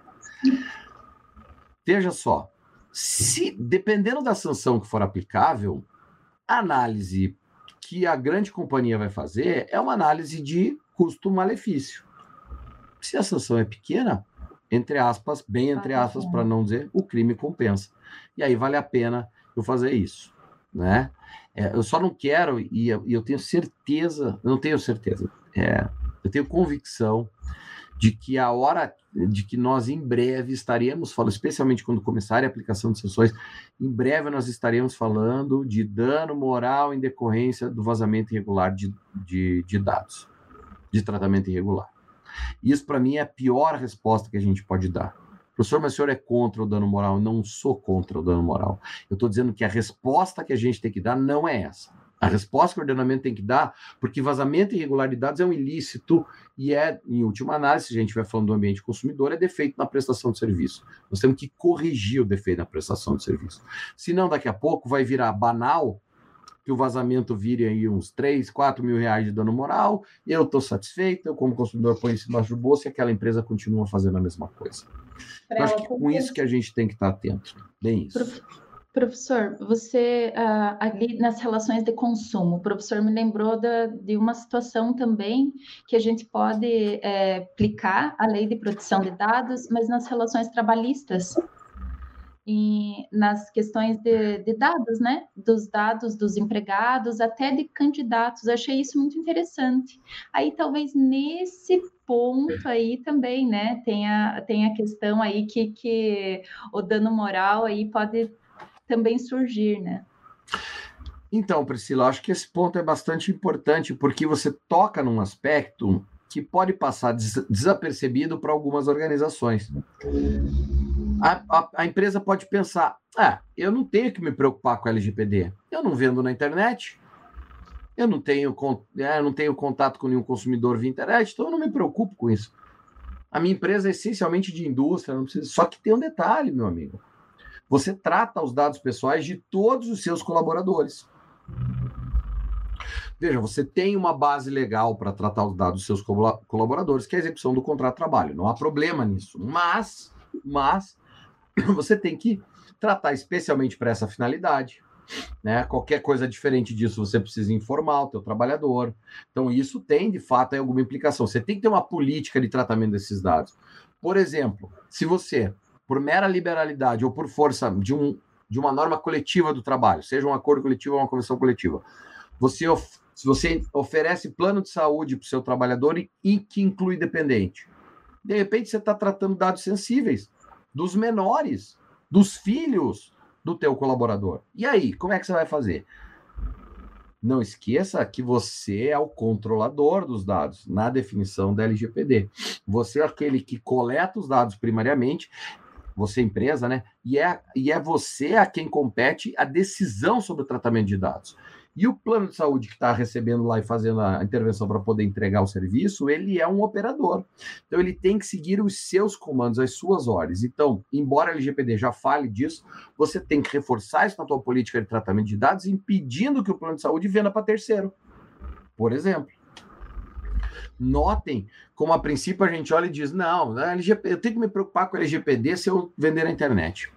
Veja só, dependendo da sanção que for aplicável, a análise que a grande companhia vai fazer é uma análise de custo-malefício. Se a sanção é pequena, entre aspas, bem entre aspas, para não dizer, o crime compensa. E aí vale a pena eu fazer isso, né? Eu só não quero, e eu tenho certeza, não tenho certeza, eu tenho convicção de que a hora de que nós em breve estaremos falando, especialmente quando começar a aplicação de sanções, em breve nós estaremos falando de dano moral em decorrência do vazamento irregular de dados, de tratamento irregular. Isso, para mim, é a pior resposta que a gente pode dar. Professor, mas o senhor é contra o dano moral? Eu não sou contra o dano moral. Eu estou dizendo que a resposta que a gente tem que dar não é essa. A resposta que o ordenamento tem que dar, porque vazamento irregular de dados é um ilícito e em última análise, se a gente estiver falando do ambiente consumidor, é defeito na prestação de serviço. Nós temos que corrigir o defeito na prestação de serviço. Senão, daqui a pouco, vai virar banal que o vazamento vire aí uns 3, 4 mil reais de dano moral, eu estou satisfeito, eu como consumidor ponho isso embaixo do bolso e aquela empresa continua fazendo a mesma coisa. Eu acho que com isso que a gente tem que estar atento. Bem isso. Professor, você, ali nas relações de consumo, o professor me lembrou de uma situação também que a gente pode aplicar a lei de proteção de dados, mas nas relações trabalhistas. E nas questões de dados, né? Dos dados dos empregados, até de candidatos. Eu achei isso muito interessante. Aí, talvez, nesse ponto aí também, né? Tem a questão aí que o dano moral aí pode também surgir, né? Então, Priscila, acho que esse ponto é bastante importante, porque você toca num aspecto que pode passar desapercebido para algumas organizações. A empresa pode pensar, eu não tenho que me preocupar com a LGPD, eu não vendo na internet, eu não tenho contato com nenhum consumidor via internet, então eu não me preocupo com isso. A minha empresa é essencialmente de indústria, não precisa... Só que tem um detalhe, meu amigo. você trata os dados pessoais de todos os seus colaboradores. Veja, você tem uma base legal para tratar os dados dos seus colaboradores, que é a execução do contrato de trabalho. Não há problema nisso. Mas você tem que tratar especialmente para essa finalidade. Né? Qualquer coisa diferente disso, você precisa informar o teu trabalhador. Então, isso tem, de fato, alguma implicação. Você tem que ter uma política de tratamento desses dados. Por exemplo, se você, por mera liberalidade ou por força de uma norma coletiva do trabalho, seja um acordo coletivo ou uma convenção coletiva, se você oferece plano de saúde para o seu trabalhador e que inclui dependente, de repente você está tratando dados sensíveis dos menores, dos filhos do teu colaborador. E aí, como é que você vai fazer? Não esqueça que você é o controlador dos dados, na definição da LGPD. Você é aquele que coleta os dados primariamente, você é empresa, né? E é você a quem compete a decisão sobre o tratamento de dados. E o plano de saúde que está recebendo lá e fazendo a intervenção para poder entregar o serviço, ele é um operador. Então, ele tem que seguir os seus comandos, as suas ordens. Então, embora a LGPD já fale disso, você tem que reforçar isso na tua política de tratamento de dados, impedindo que o plano de saúde venda para terceiro. Por exemplo. Notem como, a princípio, a gente olha e diz, não, eu tenho que me preocupar com a LGPD se eu vender na internet.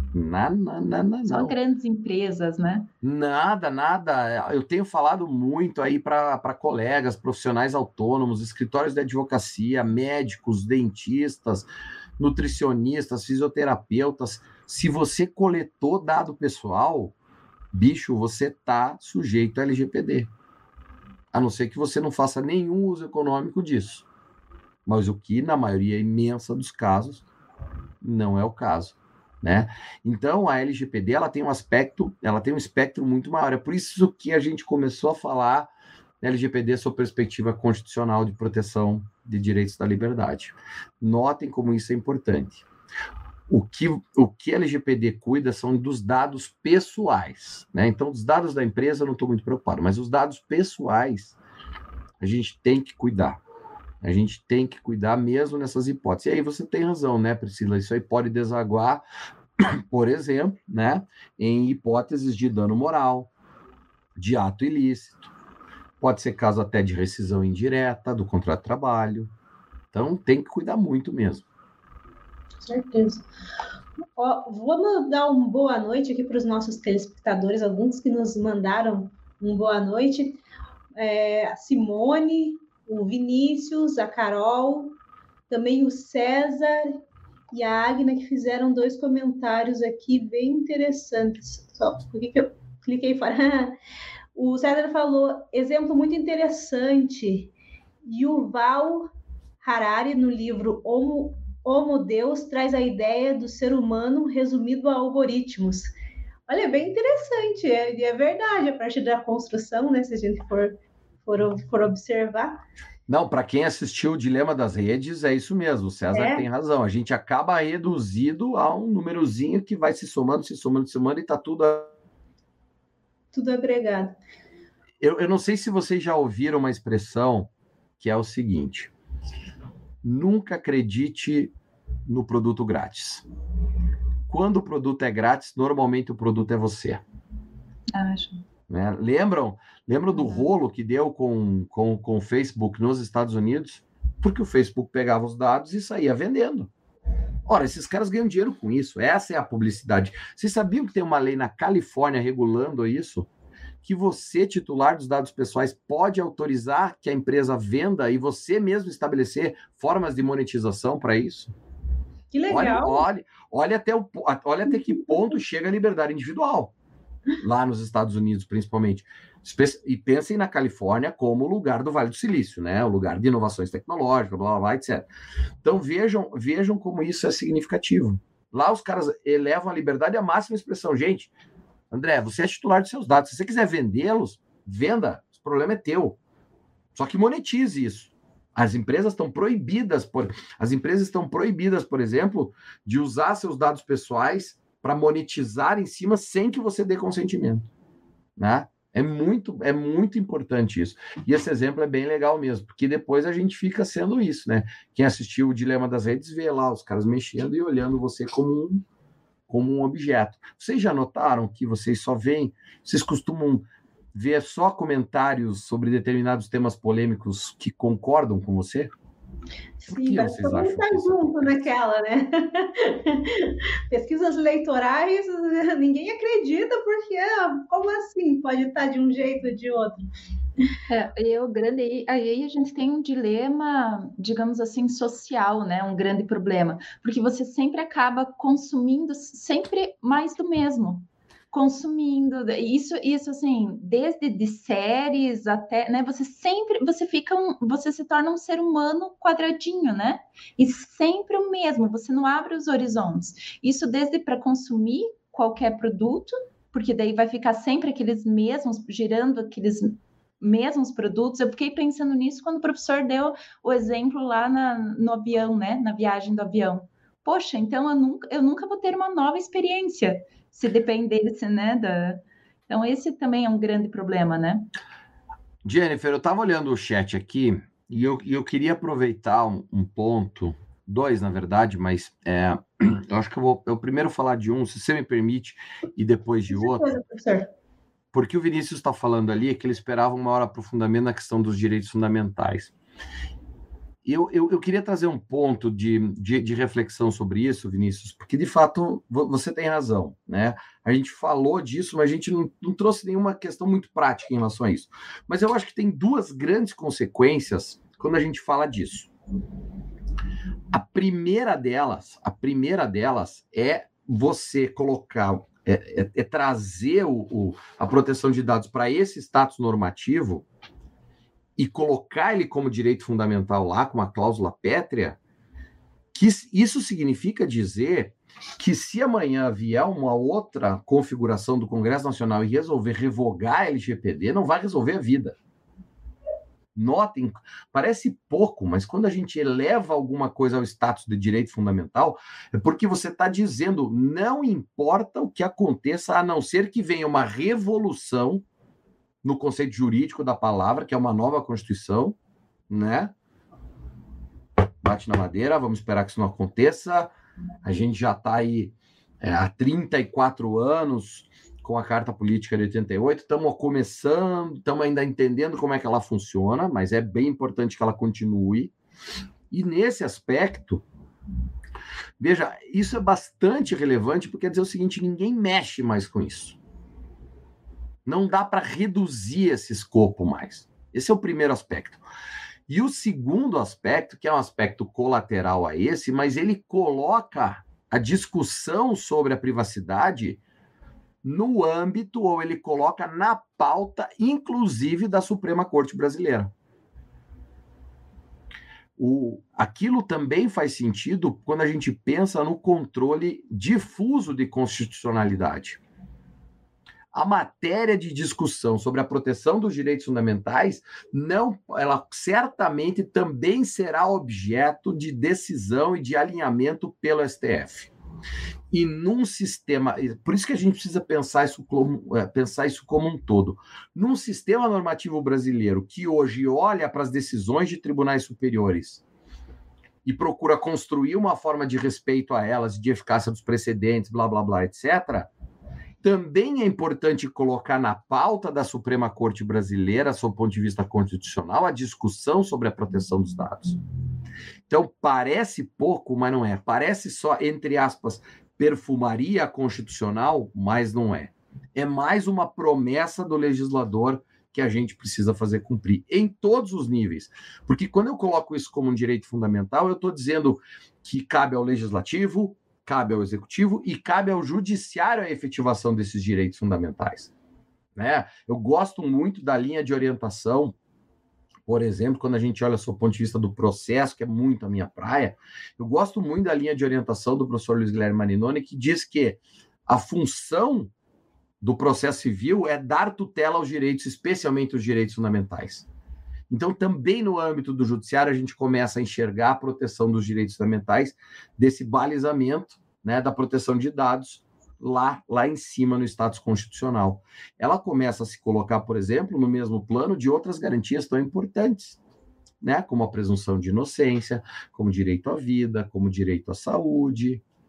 Não. Só grandes empresas, né? Nada. Eu tenho falado muito aí para colegas, profissionais autônomos, escritórios de advocacia, médicos, dentistas, nutricionistas, fisioterapeutas. Se você coletou dado pessoal, bicho, você está sujeito à LGPD. A não ser que você não faça nenhum uso econômico disso. Mas o que, na maioria imensa dos casos, não é o caso. Né? Então, a LGPD ela tem um espectro muito maior. É por isso que a gente começou a falar da LGPD sob perspectiva constitucional de proteção de direitos da liberdade. Notem como isso é importante. O que a LGPD cuida são dos dados pessoais. Né? Então, dos dados da empresa eu não estou muito preocupado, mas os dados pessoais a gente tem que cuidar. A gente tem que cuidar mesmo nessas hipóteses. E aí você tem razão, né, Priscila? Isso aí pode desaguar, por exemplo, né, em hipóteses de dano moral, de ato ilícito. Pode ser caso até de rescisão indireta do contrato de trabalho. Então, tem que cuidar muito mesmo. Certeza. Vamos dar uma boa noite aqui para os nossos telespectadores, alguns que nos mandaram uma boa noite. A Simone, o Vinícius, a Carol, também o César e a Agna, que fizeram 2 comentários aqui bem interessantes. Só por que eu cliquei fora? O César falou, exemplo muito interessante, Yuval Harari, no livro Homo Deus, traz a ideia do ser humano resumido a algoritmos. Olha, bem interessante, é verdade, a partir da construção, né, se a gente for observar. Não, para quem assistiu o Dilema das Redes, é isso mesmo, o César tem razão. A gente acaba reduzido a um númerozinho que vai se somando e está tudo agregado. Eu não sei se vocês já ouviram uma expressão que é o seguinte: nunca acredite no produto grátis. Quando o produto é grátis, normalmente o produto é você. Acho. Né? Lembram do rolo que deu com o Facebook nos Estados Unidos? Porque o Facebook pegava os dados e saía vendendo. Ora, esses caras ganham dinheiro com isso. Essa é a publicidade. Vocês sabiam que tem uma lei na Califórnia regulando isso? Que você, titular dos dados pessoais, pode autorizar que a empresa venda e você mesmo estabelecer formas de monetização para isso? Que legal! Olha até que ponto chega a liberdade individual. Lá nos Estados Unidos, principalmente. E pensem na Califórnia como o lugar do Vale do Silício, né? O lugar de inovações tecnológicas, blá, blá, blá, etc. Então, vejam como isso é significativo. Lá os caras elevam a liberdade à máxima expressão. Gente, André, você é titular dos seus dados. Se você quiser vendê-los, venda. O problema é teu. Só que monetize isso. As empresas estão proibidas, por exemplo, de usar seus dados pessoais para monetizar em cima sem que você dê consentimento, né? É muito importante isso. E esse exemplo é bem legal mesmo, porque depois a gente fica sendo isso, né? Quem assistiu o Dilema das Redes vê lá os caras mexendo e olhando você como como um objeto. Vocês já notaram que vocês costumam ver só comentários sobre determinados temas polêmicos que concordam com você? Sim, mas todo mundo está junto naquela, né? Pesquisas eleitorais, ninguém acredita, porque como assim pode estar de um jeito ou de outro? Aí a gente tem um dilema, digamos assim, social, né? Um grande problema, porque você sempre acaba consumindo sempre mais do mesmo. Consumindo, isso assim, desde de séries até, né? Você se torna um ser humano quadradinho, né? E sempre o mesmo, você não abre os horizontes. Isso desde para consumir qualquer produto, porque daí vai ficar sempre aqueles mesmos, girando aqueles mesmos produtos. Eu fiquei pensando nisso quando o professor deu o exemplo lá no avião, né? Na viagem do avião. Poxa, então eu nunca vou ter uma nova experiência se dependesse, né? Então, esse também é um grande problema, né? Jennifer, eu estava olhando o chat aqui e eu queria aproveitar um ponto, dois, na verdade, mas eu acho que eu primeiro falar de um, se você me permite, e depois de outro. Professor. Porque o Vinícius está falando ali que ele esperava um maior aprofundamento na questão dos direitos fundamentais. Eu queria trazer um ponto de reflexão sobre isso, Vinícius, porque, de fato, você tem razão, né? A gente falou disso, mas a gente não trouxe nenhuma questão muito prática em relação a isso. Mas eu acho que tem duas grandes consequências quando a gente fala disso. A primeira delas é você colocar, trazer a proteção de dados para esse status normativo e colocar ele como direito fundamental lá, com uma cláusula pétrea, que isso significa dizer que se amanhã vier uma outra configuração do Congresso Nacional e resolver revogar a LGPD, não vai resolver a vida. Notem, parece pouco, mas quando a gente eleva alguma coisa ao status de direito fundamental, é porque você está dizendo, não importa o que aconteça, a não ser que venha uma revolução no conceito jurídico da palavra, que é uma nova Constituição, né? Bate na madeira, vamos esperar que isso não aconteça. A gente já está aí há 34 anos com a Carta Política de 88, estamos começando, estamos ainda entendendo como é que ela funciona, mas é bem importante que ela continue. E nesse aspecto, veja, isso é bastante relevante, porque quer dizer o seguinte, ninguém mexe mais com isso. Não dá para reduzir esse escopo mais. Esse é o primeiro aspecto. E o segundo aspecto, que é um aspecto colateral a esse, mas ele coloca a discussão sobre a privacidade no âmbito, ou ele coloca na pauta, inclusive da Suprema Corte Brasileira. Aquilo também faz sentido quando a gente pensa no controle difuso de constitucionalidade. A matéria de discussão sobre a proteção dos direitos fundamentais, ela certamente também será objeto de decisão e de alinhamento pelo STF. E num sistema, por isso que a gente precisa pensar isso como um todo. Num sistema normativo brasileiro que hoje olha para as decisões de tribunais superiores e procura construir uma forma de respeito a elas, de eficácia dos precedentes, blá, blá, blá, etc., também é importante colocar na pauta da Suprema Corte Brasileira, sob o ponto de vista constitucional, a discussão sobre a proteção dos dados. Então, parece pouco, mas não é. Parece só, entre aspas, perfumaria constitucional, mas não é. É mais uma promessa do legislador que a gente precisa fazer cumprir, em todos os níveis. Porque quando eu coloco isso como um direito fundamental, eu estou dizendo que cabe ao legislativo, cabe ao executivo e cabe ao judiciário a efetivação desses direitos fundamentais. Né? Eu gosto muito da linha de orientação, por exemplo, quando a gente olha do ponto de vista do processo, que é muito a minha praia, eu gosto muito da linha de orientação do professor Luiz Guilherme Marinoni, que diz que a função do processo civil é dar tutela aos direitos, especialmente os direitos fundamentais. Então, também no âmbito do judiciário, a gente começa a enxergar a proteção dos direitos fundamentais, desse balizamento, né, da proteção de dados lá em cima no status constitucional. Ela começa a se colocar, por exemplo, no mesmo plano de outras garantias tão importantes, né, como a presunção de inocência, como direito à vida, como direito à saúde,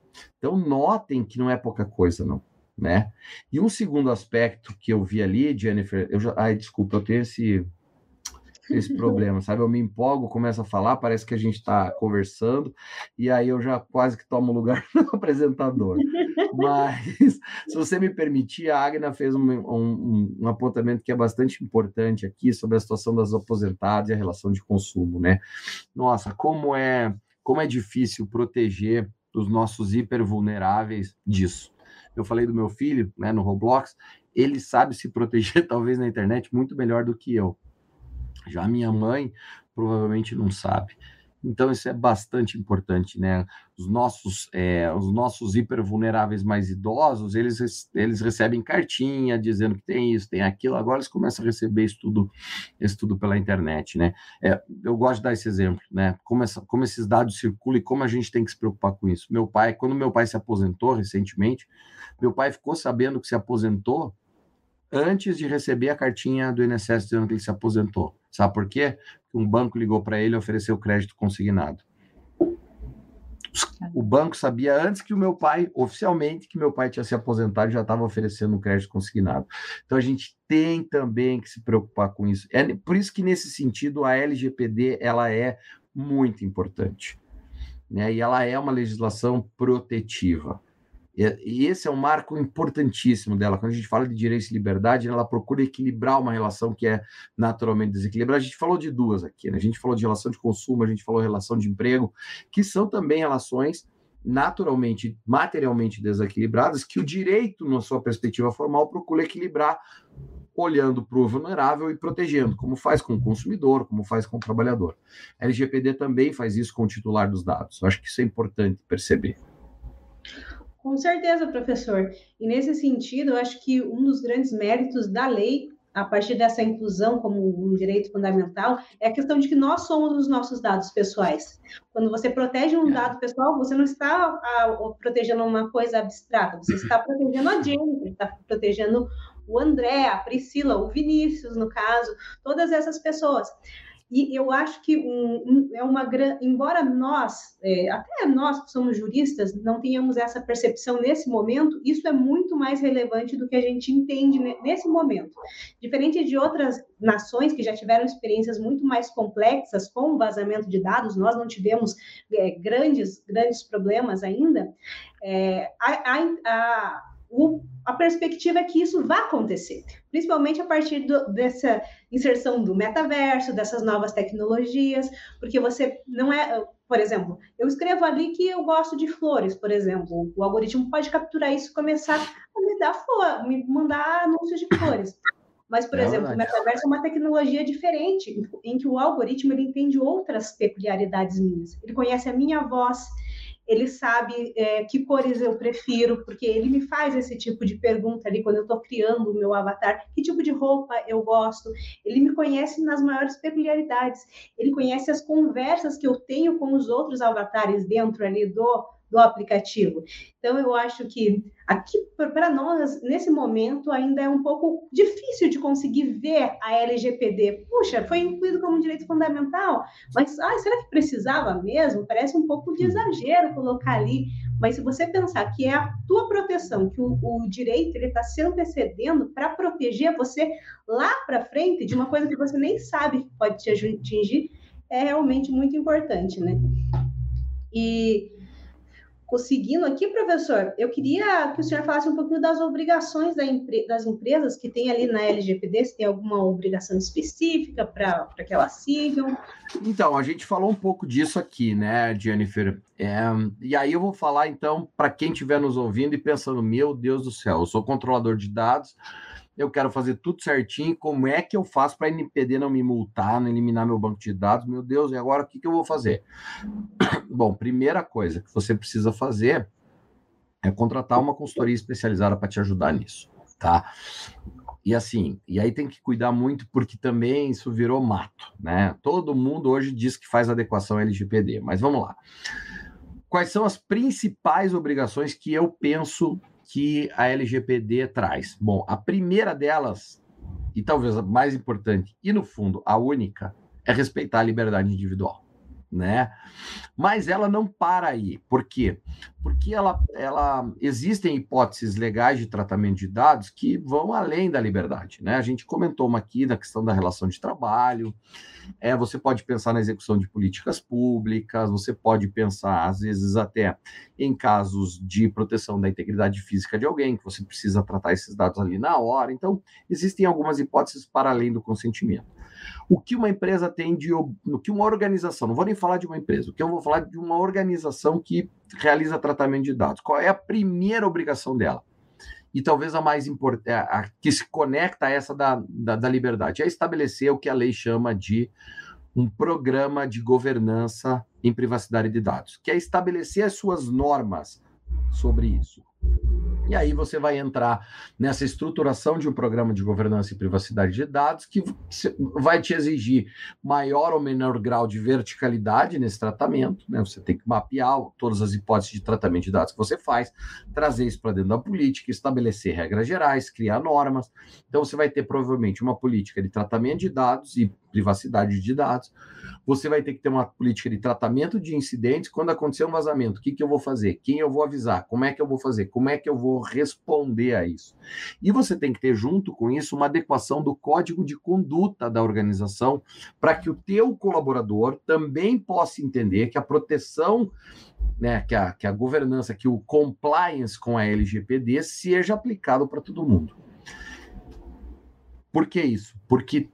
Então, notem que não é pouca coisa, não, né? E um segundo aspecto que eu vi ali, Jennifer, desculpa, eu tenho esse problema, sabe? Eu me empolgo, começo a falar, parece que a gente está conversando, e aí eu já quase que tomo o lugar do apresentador. Mas, se você me permitir, a Agna fez um apontamento que é bastante importante aqui sobre a situação das aposentadas e a relação de consumo, né? Nossa, como é difícil proteger os nossos hipervulneráveis disso. Eu falei do meu filho, né, no Roblox, ele sabe se proteger, talvez, na internet muito melhor do que eu. Já a minha mãe provavelmente não sabe. Então, isso é bastante importante, né? Os nossos hipervulneráveis mais idosos, eles recebem cartinha dizendo que tem isso, tem aquilo. Agora eles começam a receber isso tudo pela internet, né? Eu gosto de dar esse exemplo, né? Como esses dados circulam e como a gente tem que se preocupar com isso. Quando meu pai se aposentou recentemente, meu pai ficou sabendo que se aposentou antes de receber a cartinha do INSS dizendo que ele se aposentou. Sabe por quê? Porque um banco ligou para ele e ofereceu crédito consignado. O banco sabia antes que oficialmente, que meu pai tinha se aposentado e já estava oferecendo um crédito consignado. Então, a gente tem também que se preocupar com isso. É por isso que, nesse sentido, a LGPD ela é muito importante, né? E ela é uma legislação protetiva. E esse é um marco importantíssimo dela. Quando a gente fala de direitos e liberdade, ela procura equilibrar uma relação que é naturalmente desequilibrada. A gente falou de duas aqui, né? A gente falou de relação de consumo, a gente falou de relação de emprego, que são também relações naturalmente, materialmente desequilibradas, que o direito, na sua perspectiva formal, procura equilibrar olhando para o vulnerável e protegendo, como faz com o consumidor, como faz com o trabalhador. A LGPD também faz isso com o titular dos dados. Eu acho que isso é importante perceber. Com certeza, professor. E nesse sentido, eu acho que um dos grandes méritos da lei, a partir dessa inclusão como um direito fundamental, é a questão de que nós somos os nossos dados pessoais. Quando você protege um dado pessoal, você não está protegendo uma coisa abstrata, você está protegendo a Jennifer, está protegendo o André, a Priscila, o Vinícius, no caso, todas essas pessoas. E eu acho que embora nós, até nós que somos juristas, não tenhamos essa percepção nesse momento, isso é muito mais relevante do que a gente entende nesse momento. Diferente de outras nações que já tiveram experiências muito mais complexas com o vazamento de dados, nós não tivemos grandes problemas ainda, a perspectiva é que isso vai acontecer, principalmente a partir dessa inserção do metaverso, dessas novas tecnologias, porque você não é, por exemplo, eu escrevo ali que eu gosto de flores, por exemplo, o algoritmo pode capturar isso e começar a me mandar anúncios de flores. Mas, por exemplo, o metaverso é uma tecnologia diferente, em que o algoritmo ele entende outras peculiaridades minhas. Ele conhece a minha voz, ele sabe que cores eu prefiro, porque ele me faz esse tipo de pergunta ali quando eu estou criando o meu avatar, que tipo de roupa eu gosto. Ele me conhece nas maiores peculiaridades. Ele conhece as conversas que eu tenho com os outros avatares dentro ali do aplicativo. Então, eu acho que aqui, para nós, nesse momento, ainda é um pouco difícil de conseguir ver a LGPD. Puxa, foi incluído como um direito fundamental, mas será que precisava mesmo? Parece um pouco de exagero colocar ali, mas se você pensar que é a tua proteção, que o direito está se antecedendo para proteger você lá para frente de uma coisa que você nem sabe que pode te atingir, é realmente muito importante, né? E seguindo aqui, professor, eu queria que o senhor falasse um pouquinho das obrigações das empresas que tem ali na LGPD, se tem alguma obrigação específica para que elas sigam. Então, a gente falou um pouco disso aqui, né, Jennifer? E aí eu vou falar, então, para quem estiver nos ouvindo e pensando, meu Deus do céu, eu sou controlador de dados, eu quero fazer tudo certinho, como é que eu faço para a NPD não me multar, não eliminar meu banco de dados? Meu Deus, e agora o que eu vou fazer? Bom, primeira coisa que você precisa fazer é contratar uma consultoria especializada para te ajudar nisso, tá? E assim, e aí tem que cuidar muito porque também isso virou mato, né? Todo mundo hoje diz que faz adequação LGPD, mas vamos lá. Quais são as principais obrigações que eu penso que a LGPD traz? Bom, a primeira delas, e talvez a mais importante, e no fundo a única, é respeitar a liberdade individual, né? Mas ela não para aí. Por quê? Porque existem hipóteses legais de tratamento de dados que vão além da liberdade, né? A gente comentou uma aqui na questão da relação de trabalho. Você pode pensar na execução de políticas públicas, você pode pensar, às vezes, até em casos de proteção da integridade física de alguém, que você precisa tratar esses dados ali na hora. Então, existem algumas hipóteses para além do consentimento. O que uma empresa tem o que uma organização, não vou nem falar de uma empresa, o que eu vou falar de uma organização que realiza tratamento de dados. Qual é a primeira obrigação dela? E talvez a mais importante, a que se conecta a essa da liberdade, é estabelecer o que a lei chama de um programa de governança em privacidade de dados, que é estabelecer as suas normas sobre isso. E aí você vai entrar nessa estruturação de um programa de governança e privacidade de dados que vai te exigir maior ou menor grau de verticalidade nesse tratamento, né? Você tem que mapear todas as hipóteses de tratamento de dados que você faz, trazer isso para dentro da política, estabelecer regras gerais, criar normas. Então você vai ter provavelmente uma política de tratamento de dados e privacidade de dados. Você vai ter que ter uma política de tratamento de incidentes. Quando acontecer um vazamento, o que eu vou fazer? Quem eu vou avisar? Como é que eu vou fazer? Como é que eu vou responder a isso? E você tem que ter, junto com isso, uma adequação do código de conduta da organização para que o teu colaborador também possa entender que a proteção, né, que a governança, que o compliance com a LGPD seja aplicado para todo mundo. Por que isso? Porque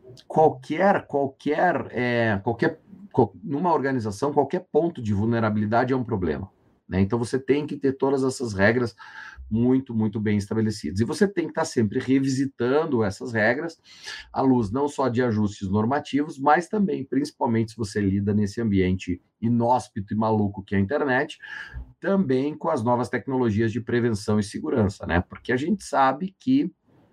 numa organização, qualquer ponto de vulnerabilidade é um problema, né? Então você tem que ter todas essas regras muito, muito bem estabelecidas. E você tem que estar sempre revisitando essas regras à luz não só de ajustes normativos, mas também, principalmente, se você lida nesse ambiente inóspito e maluco que é a internet, também com as novas tecnologias de prevenção e segurança, né? Porque a gente sabe que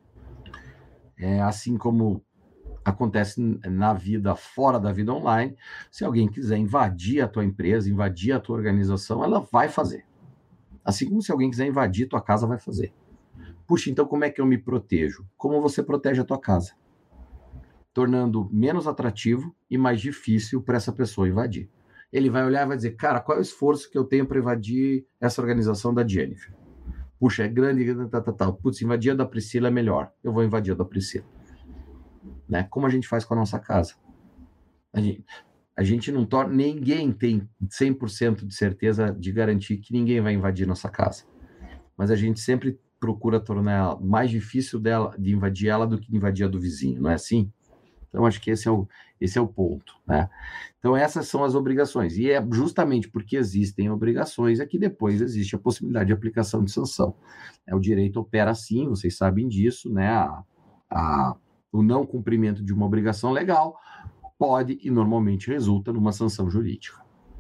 assim como acontece na vida, fora da vida online, se alguém quiser invadir a tua empresa, invadir a tua organização, ela vai fazer. Assim como se alguém quiser invadir a tua casa, vai fazer. Puxa, então como é que eu me protejo? Como você protege a tua casa? Tornando menos atrativo e mais difícil para essa pessoa invadir. Ele vai olhar e vai dizer, cara, qual é o esforço que eu tenho para invadir essa organização da Jennifer? Puxa, é grande, tal. Putz, invadir a da Priscila é melhor. Eu vou invadir a da Priscila. Né? Como a gente faz com a nossa casa? A gente não torna... Ninguém tem 100% de certeza de garantir que ninguém vai invadir nossa casa. Mas a gente sempre procura tornar ela mais difícil de invadir ela do que invadir a do vizinho, não é assim? Então, acho que esse é o ponto, né? Então, essas são as obrigações. E é justamente porque existem obrigações é que depois existe a possibilidade de aplicação de sanção. O direito opera assim, vocês sabem disso, né? O não cumprimento de uma obrigação legal pode e normalmente resulta numa sanção jurídica.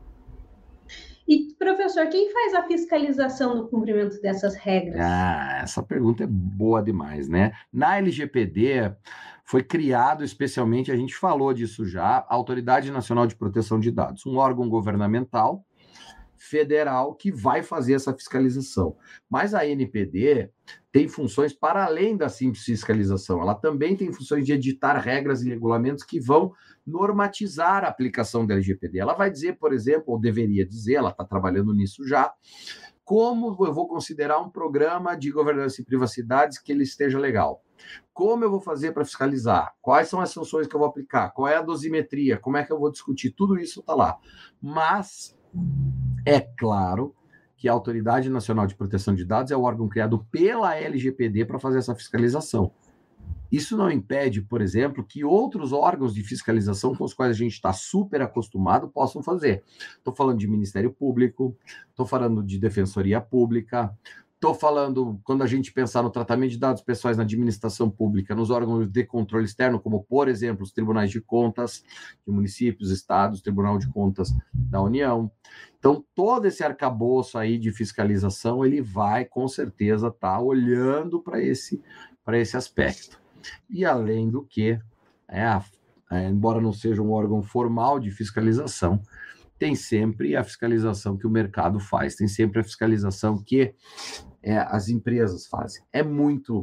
E, professor, quem faz a fiscalização do cumprimento dessas regras? Essa pergunta é boa demais, né? Na LGPD foi criado especialmente, a gente falou disso já, a Autoridade Nacional de Proteção de Dados, um órgão governamental federal que vai fazer essa fiscalização. Mas a ANPD tem funções para além da simples fiscalização. Ela também tem funções de editar regras e regulamentos que vão normatizar a aplicação da LGPD. Ela vai dizer, por exemplo, ou deveria dizer, ela está trabalhando nisso já, como eu vou considerar um programa de governança e privacidades que ele esteja legal. Como eu vou fazer para fiscalizar? Quais são as sanções que eu vou aplicar? Qual é a dosimetria? Como é que eu vou discutir? Tudo isso está lá. Mas é claro que a Autoridade Nacional de Proteção de Dados é o órgão criado pela LGPD para fazer essa fiscalização. Isso não impede, por exemplo, que outros órgãos de fiscalização com os quais a gente está super acostumado possam fazer. Estou falando de Ministério Público, estou falando de Defensoria Pública, estou falando, quando a gente pensar no tratamento de dados pessoais na administração pública, nos órgãos de controle externo, como, por exemplo, os tribunais de contas de municípios, estados, Tribunal de Contas da União. Então, todo esse arcabouço aí de fiscalização, ele vai, com certeza, estar olhando para esse aspecto. E, além do que, embora não seja um órgão formal de fiscalização, tem sempre a fiscalização que o mercado faz, tem sempre a fiscalização que as empresas fazem.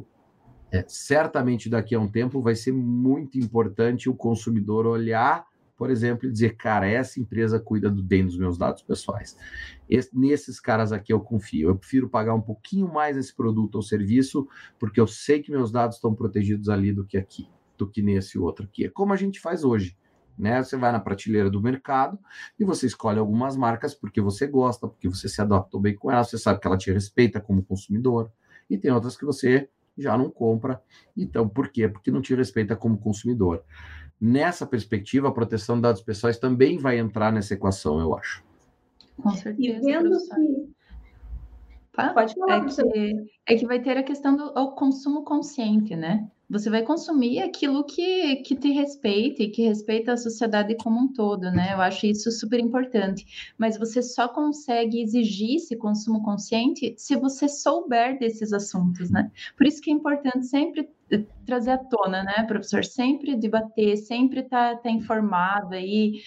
Certamente daqui a um tempo vai ser muito importante o consumidor olhar por exemplo, e dizer, cara, essa empresa cuida bem dos meus dados pessoais. Nesses caras aqui eu confio. Eu prefiro pagar um pouquinho mais nesse produto ou serviço, porque eu sei que meus dados estão protegidos ali do que aqui, do que nesse outro aqui. É como a gente faz hoje. Né? Você vai na prateleira do mercado e você escolhe algumas marcas porque você gosta, porque você se adaptou bem com ela, você sabe que ela te respeita como consumidor, e tem outras que você já não compra. Então, por quê? Porque não te respeita como consumidor. Nessa perspectiva, a proteção de dados pessoais também vai entrar nessa equação, eu acho. Com certeza. E vendo que... Pode falar. É que vai ter a questão do consumo consciente, né? Você vai consumir aquilo que te respeita e que respeita a sociedade como um todo, né? Eu acho isso super importante. Mas você só consegue exigir esse consumo consciente se você souber desses assuntos, né? Por isso que é importante sempre trazer à tona, né, professor? Sempre debater, sempre tá informado aí,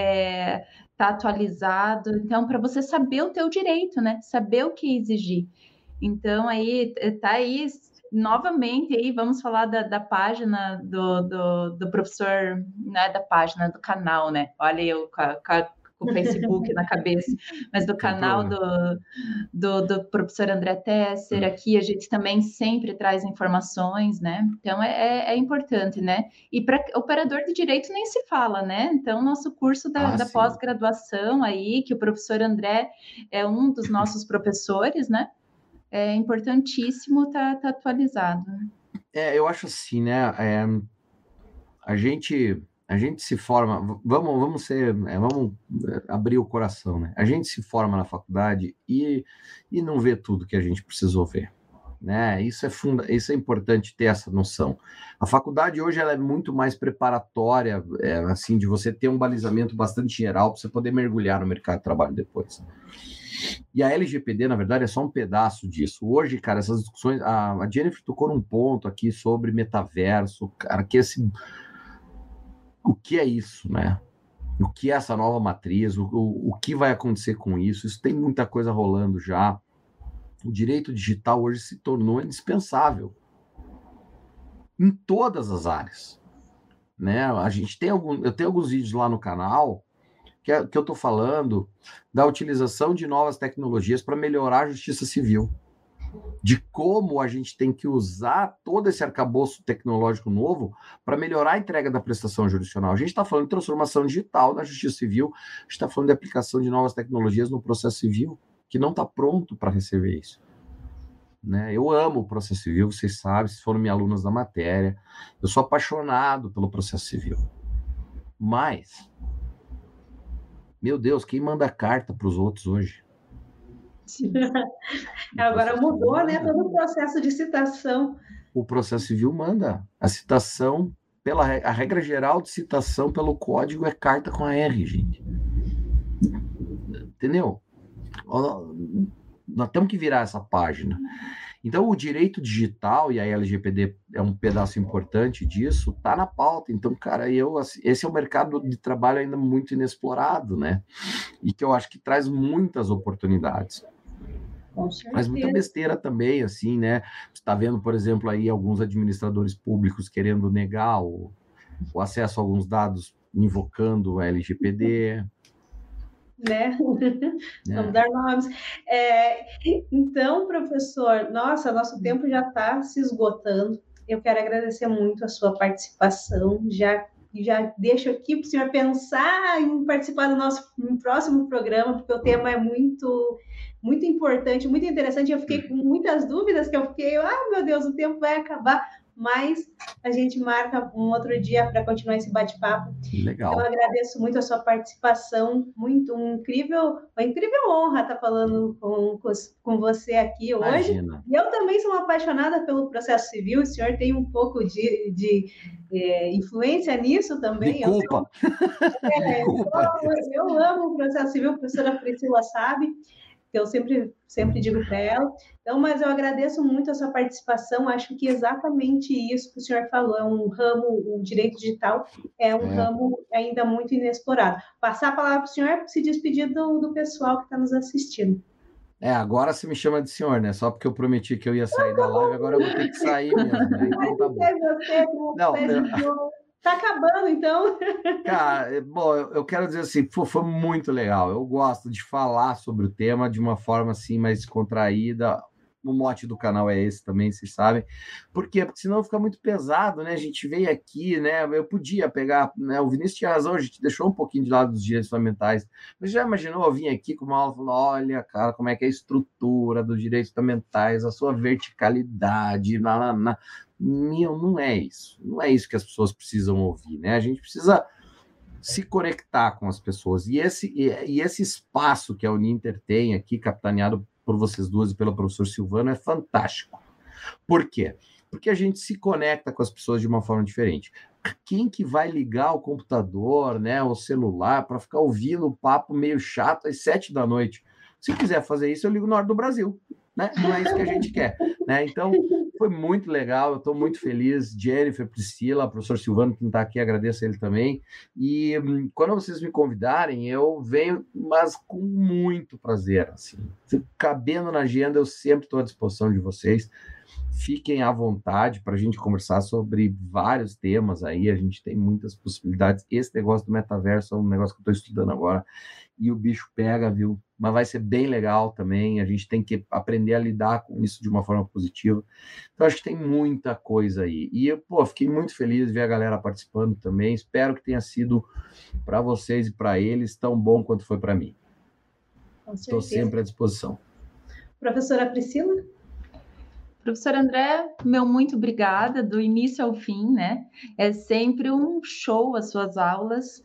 tá atualizado. Então, para você saber o teu direito, né? Saber o que exigir. Então, aí, tá aí... Novamente, aí vamos falar da página do professor, não é da página, do canal, né? Olha eu com o Facebook na cabeça, mas do canal do professor André Tesser, aqui a gente também sempre traz informações, né? Então, é importante, né? E para operador de direito nem se fala, né? Então, nosso curso da pós-graduação aí, que o professor André é um dos nossos professores, né? É importantíssimo estar atualizado. Eu acho assim, né? A gente se forma, vamos abrir o coração, né? A gente se forma na faculdade e não vê tudo que a gente precisou ver, né? Isso é importante ter essa noção. A faculdade hoje ela é muito mais preparatória, assim, de você ter um balizamento bastante geral para você poder mergulhar no mercado de trabalho depois. E a LGPD, na verdade, é só um pedaço disso. Hoje, cara, essas discussões... A Jennifer tocou num ponto aqui sobre metaverso, cara, o que é isso, né? O que é essa nova matriz? O que vai acontecer com isso? Isso tem muita coisa rolando já. O direito digital hoje se tornou indispensável em todas as áreas, né? Eu tenho alguns vídeos lá no canal que eu estou falando da utilização de novas tecnologias para melhorar a justiça civil, de como a gente tem que usar todo esse arcabouço tecnológico novo para melhorar a entrega da prestação jurisdicional. A gente está falando de transformação digital na justiça civil, a gente está falando de aplicação de novas tecnologias no processo civil, que não está pronto para receber isso. Né? Eu amo o processo civil, vocês sabem, vocês foram minhas alunas da matéria, eu sou apaixonado pelo processo civil. Mas... meu Deus, quem manda carta para os outros hoje? Agora mudou, né? Todo o processo de citação. O processo civil manda. A citação, a regra geral de citação pelo código é carta com a R, gente. Entendeu? Nós temos que virar essa página. Então, o direito digital, e a LGPD é um pedaço importante disso, está na pauta. Então, cara, esse é um mercado de trabalho ainda muito inexplorado, né? E que eu acho que traz muitas oportunidades. Mas muita besteira também, assim, né? Você está vendo, por exemplo, aí alguns administradores públicos querendo negar o acesso a alguns dados, invocando a LGPD. Né? Vamos dar nomes. Então, professor, nosso tempo já está se esgotando. Eu quero agradecer muito a sua participação. Já deixo aqui para o senhor pensar em participar do nosso próximo programa, porque o tema é muito, muito importante, muito interessante. Eu fiquei com muitas dúvidas, meu Deus, o tempo vai acabar. Mas a gente marca um outro dia para continuar esse bate-papo. Legal. Então, eu agradeço muito a sua participação, uma incrível honra estar falando com você aqui hoje. Imagina. E eu também sou uma apaixonada pelo processo civil, o senhor tem um pouco de influência nisso também. De culpa. Eu amo o processo civil, a professora Priscila sabe, que eu sempre digo para ela. Então, mas eu agradeço muito a sua participação, acho que exatamente isso que o senhor falou, é um ramo, o direito digital é um ramo ainda muito inexplorado. Passar a palavra para o senhor, se despedir do pessoal que está nos assistindo. Agora você me chama de senhor, né? Só porque eu prometi que eu ia sair da live, agora eu vou ter que sair mesmo, né? Então tá bom. Tá acabando, então. Cara, bom, eu quero dizer assim, foi muito legal. Eu gosto de falar sobre o tema de uma forma assim mais contraída. O mote do canal é esse também, vocês sabem. Por quê? Porque senão fica muito pesado, né? A gente veio aqui, né? Eu podia pegar, né? O Vinícius tinha razão, a gente deixou um pouquinho de lado dos direitos fundamentais. Mas já imaginou eu vim aqui com uma aula falando, olha, cara, como é que é a estrutura dos direitos fundamentais, a sua verticalidade, Meu, não é isso. Não é isso que as pessoas precisam ouvir, né? A gente precisa se conectar com as pessoas. E esse espaço que a Uninter tem aqui, capitaneado por vocês duas e pelo professor Silvano, é fantástico. Por quê? Porque a gente se conecta com as pessoas de uma forma diferente. Quem que vai ligar o computador, né, o celular, para ficar ouvindo o papo meio chato às 7 da noite? Se quiser fazer isso, eu ligo no Norte do Brasil, né? Não é isso que a gente quer, né? Então, foi muito legal, eu estou muito feliz. Jennifer, Priscila, professor Silvano, que não está aqui, agradeço a ele também. E quando vocês me convidarem, eu venho, mas com muito prazer. Assim. Se cabendo na agenda, eu sempre estou à disposição de vocês. Fiquem à vontade para a gente conversar sobre vários temas aí, a gente tem muitas possibilidades. Esse negócio do metaverso é um negócio que eu estou estudando agora e o bicho pega, viu? Mas vai ser bem legal também, a gente tem que aprender a lidar com isso de uma forma positiva. Então, acho que tem muita coisa aí. E eu, fiquei muito feliz de ver a galera participando também, espero que tenha sido para vocês e para eles tão bom quanto foi para mim. Estou sempre à disposição. Professora Priscila? Professor André, meu muito obrigada, do início ao fim, né? É sempre um show as suas aulas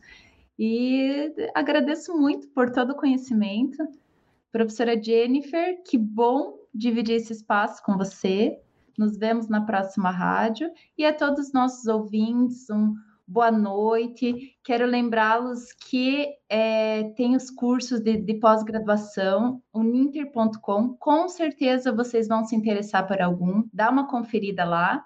e agradeço muito por todo o conhecimento. Professora Jennifer, que bom dividir esse espaço com você. Nos vemos na próxima rádio e a todos os nossos ouvintes, boa noite. Quero lembrá-los que tem os cursos de pós-graduação, uninter.com. Com certeza vocês vão se interessar por algum. Dá uma conferida lá.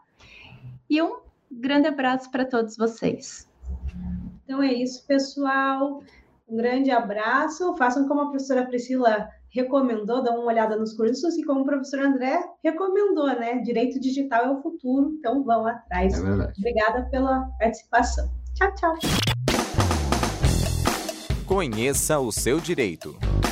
E um grande abraço para todos vocês. Então é isso, pessoal. Um grande abraço. Façam como a professora Priscila recomendou, dão uma olhada nos cursos, e como o professor André recomendou, né? Direito digital é o futuro, então vão atrás. É verdade. Obrigada pela participação. Tchau, tchau. Conheça o seu direito.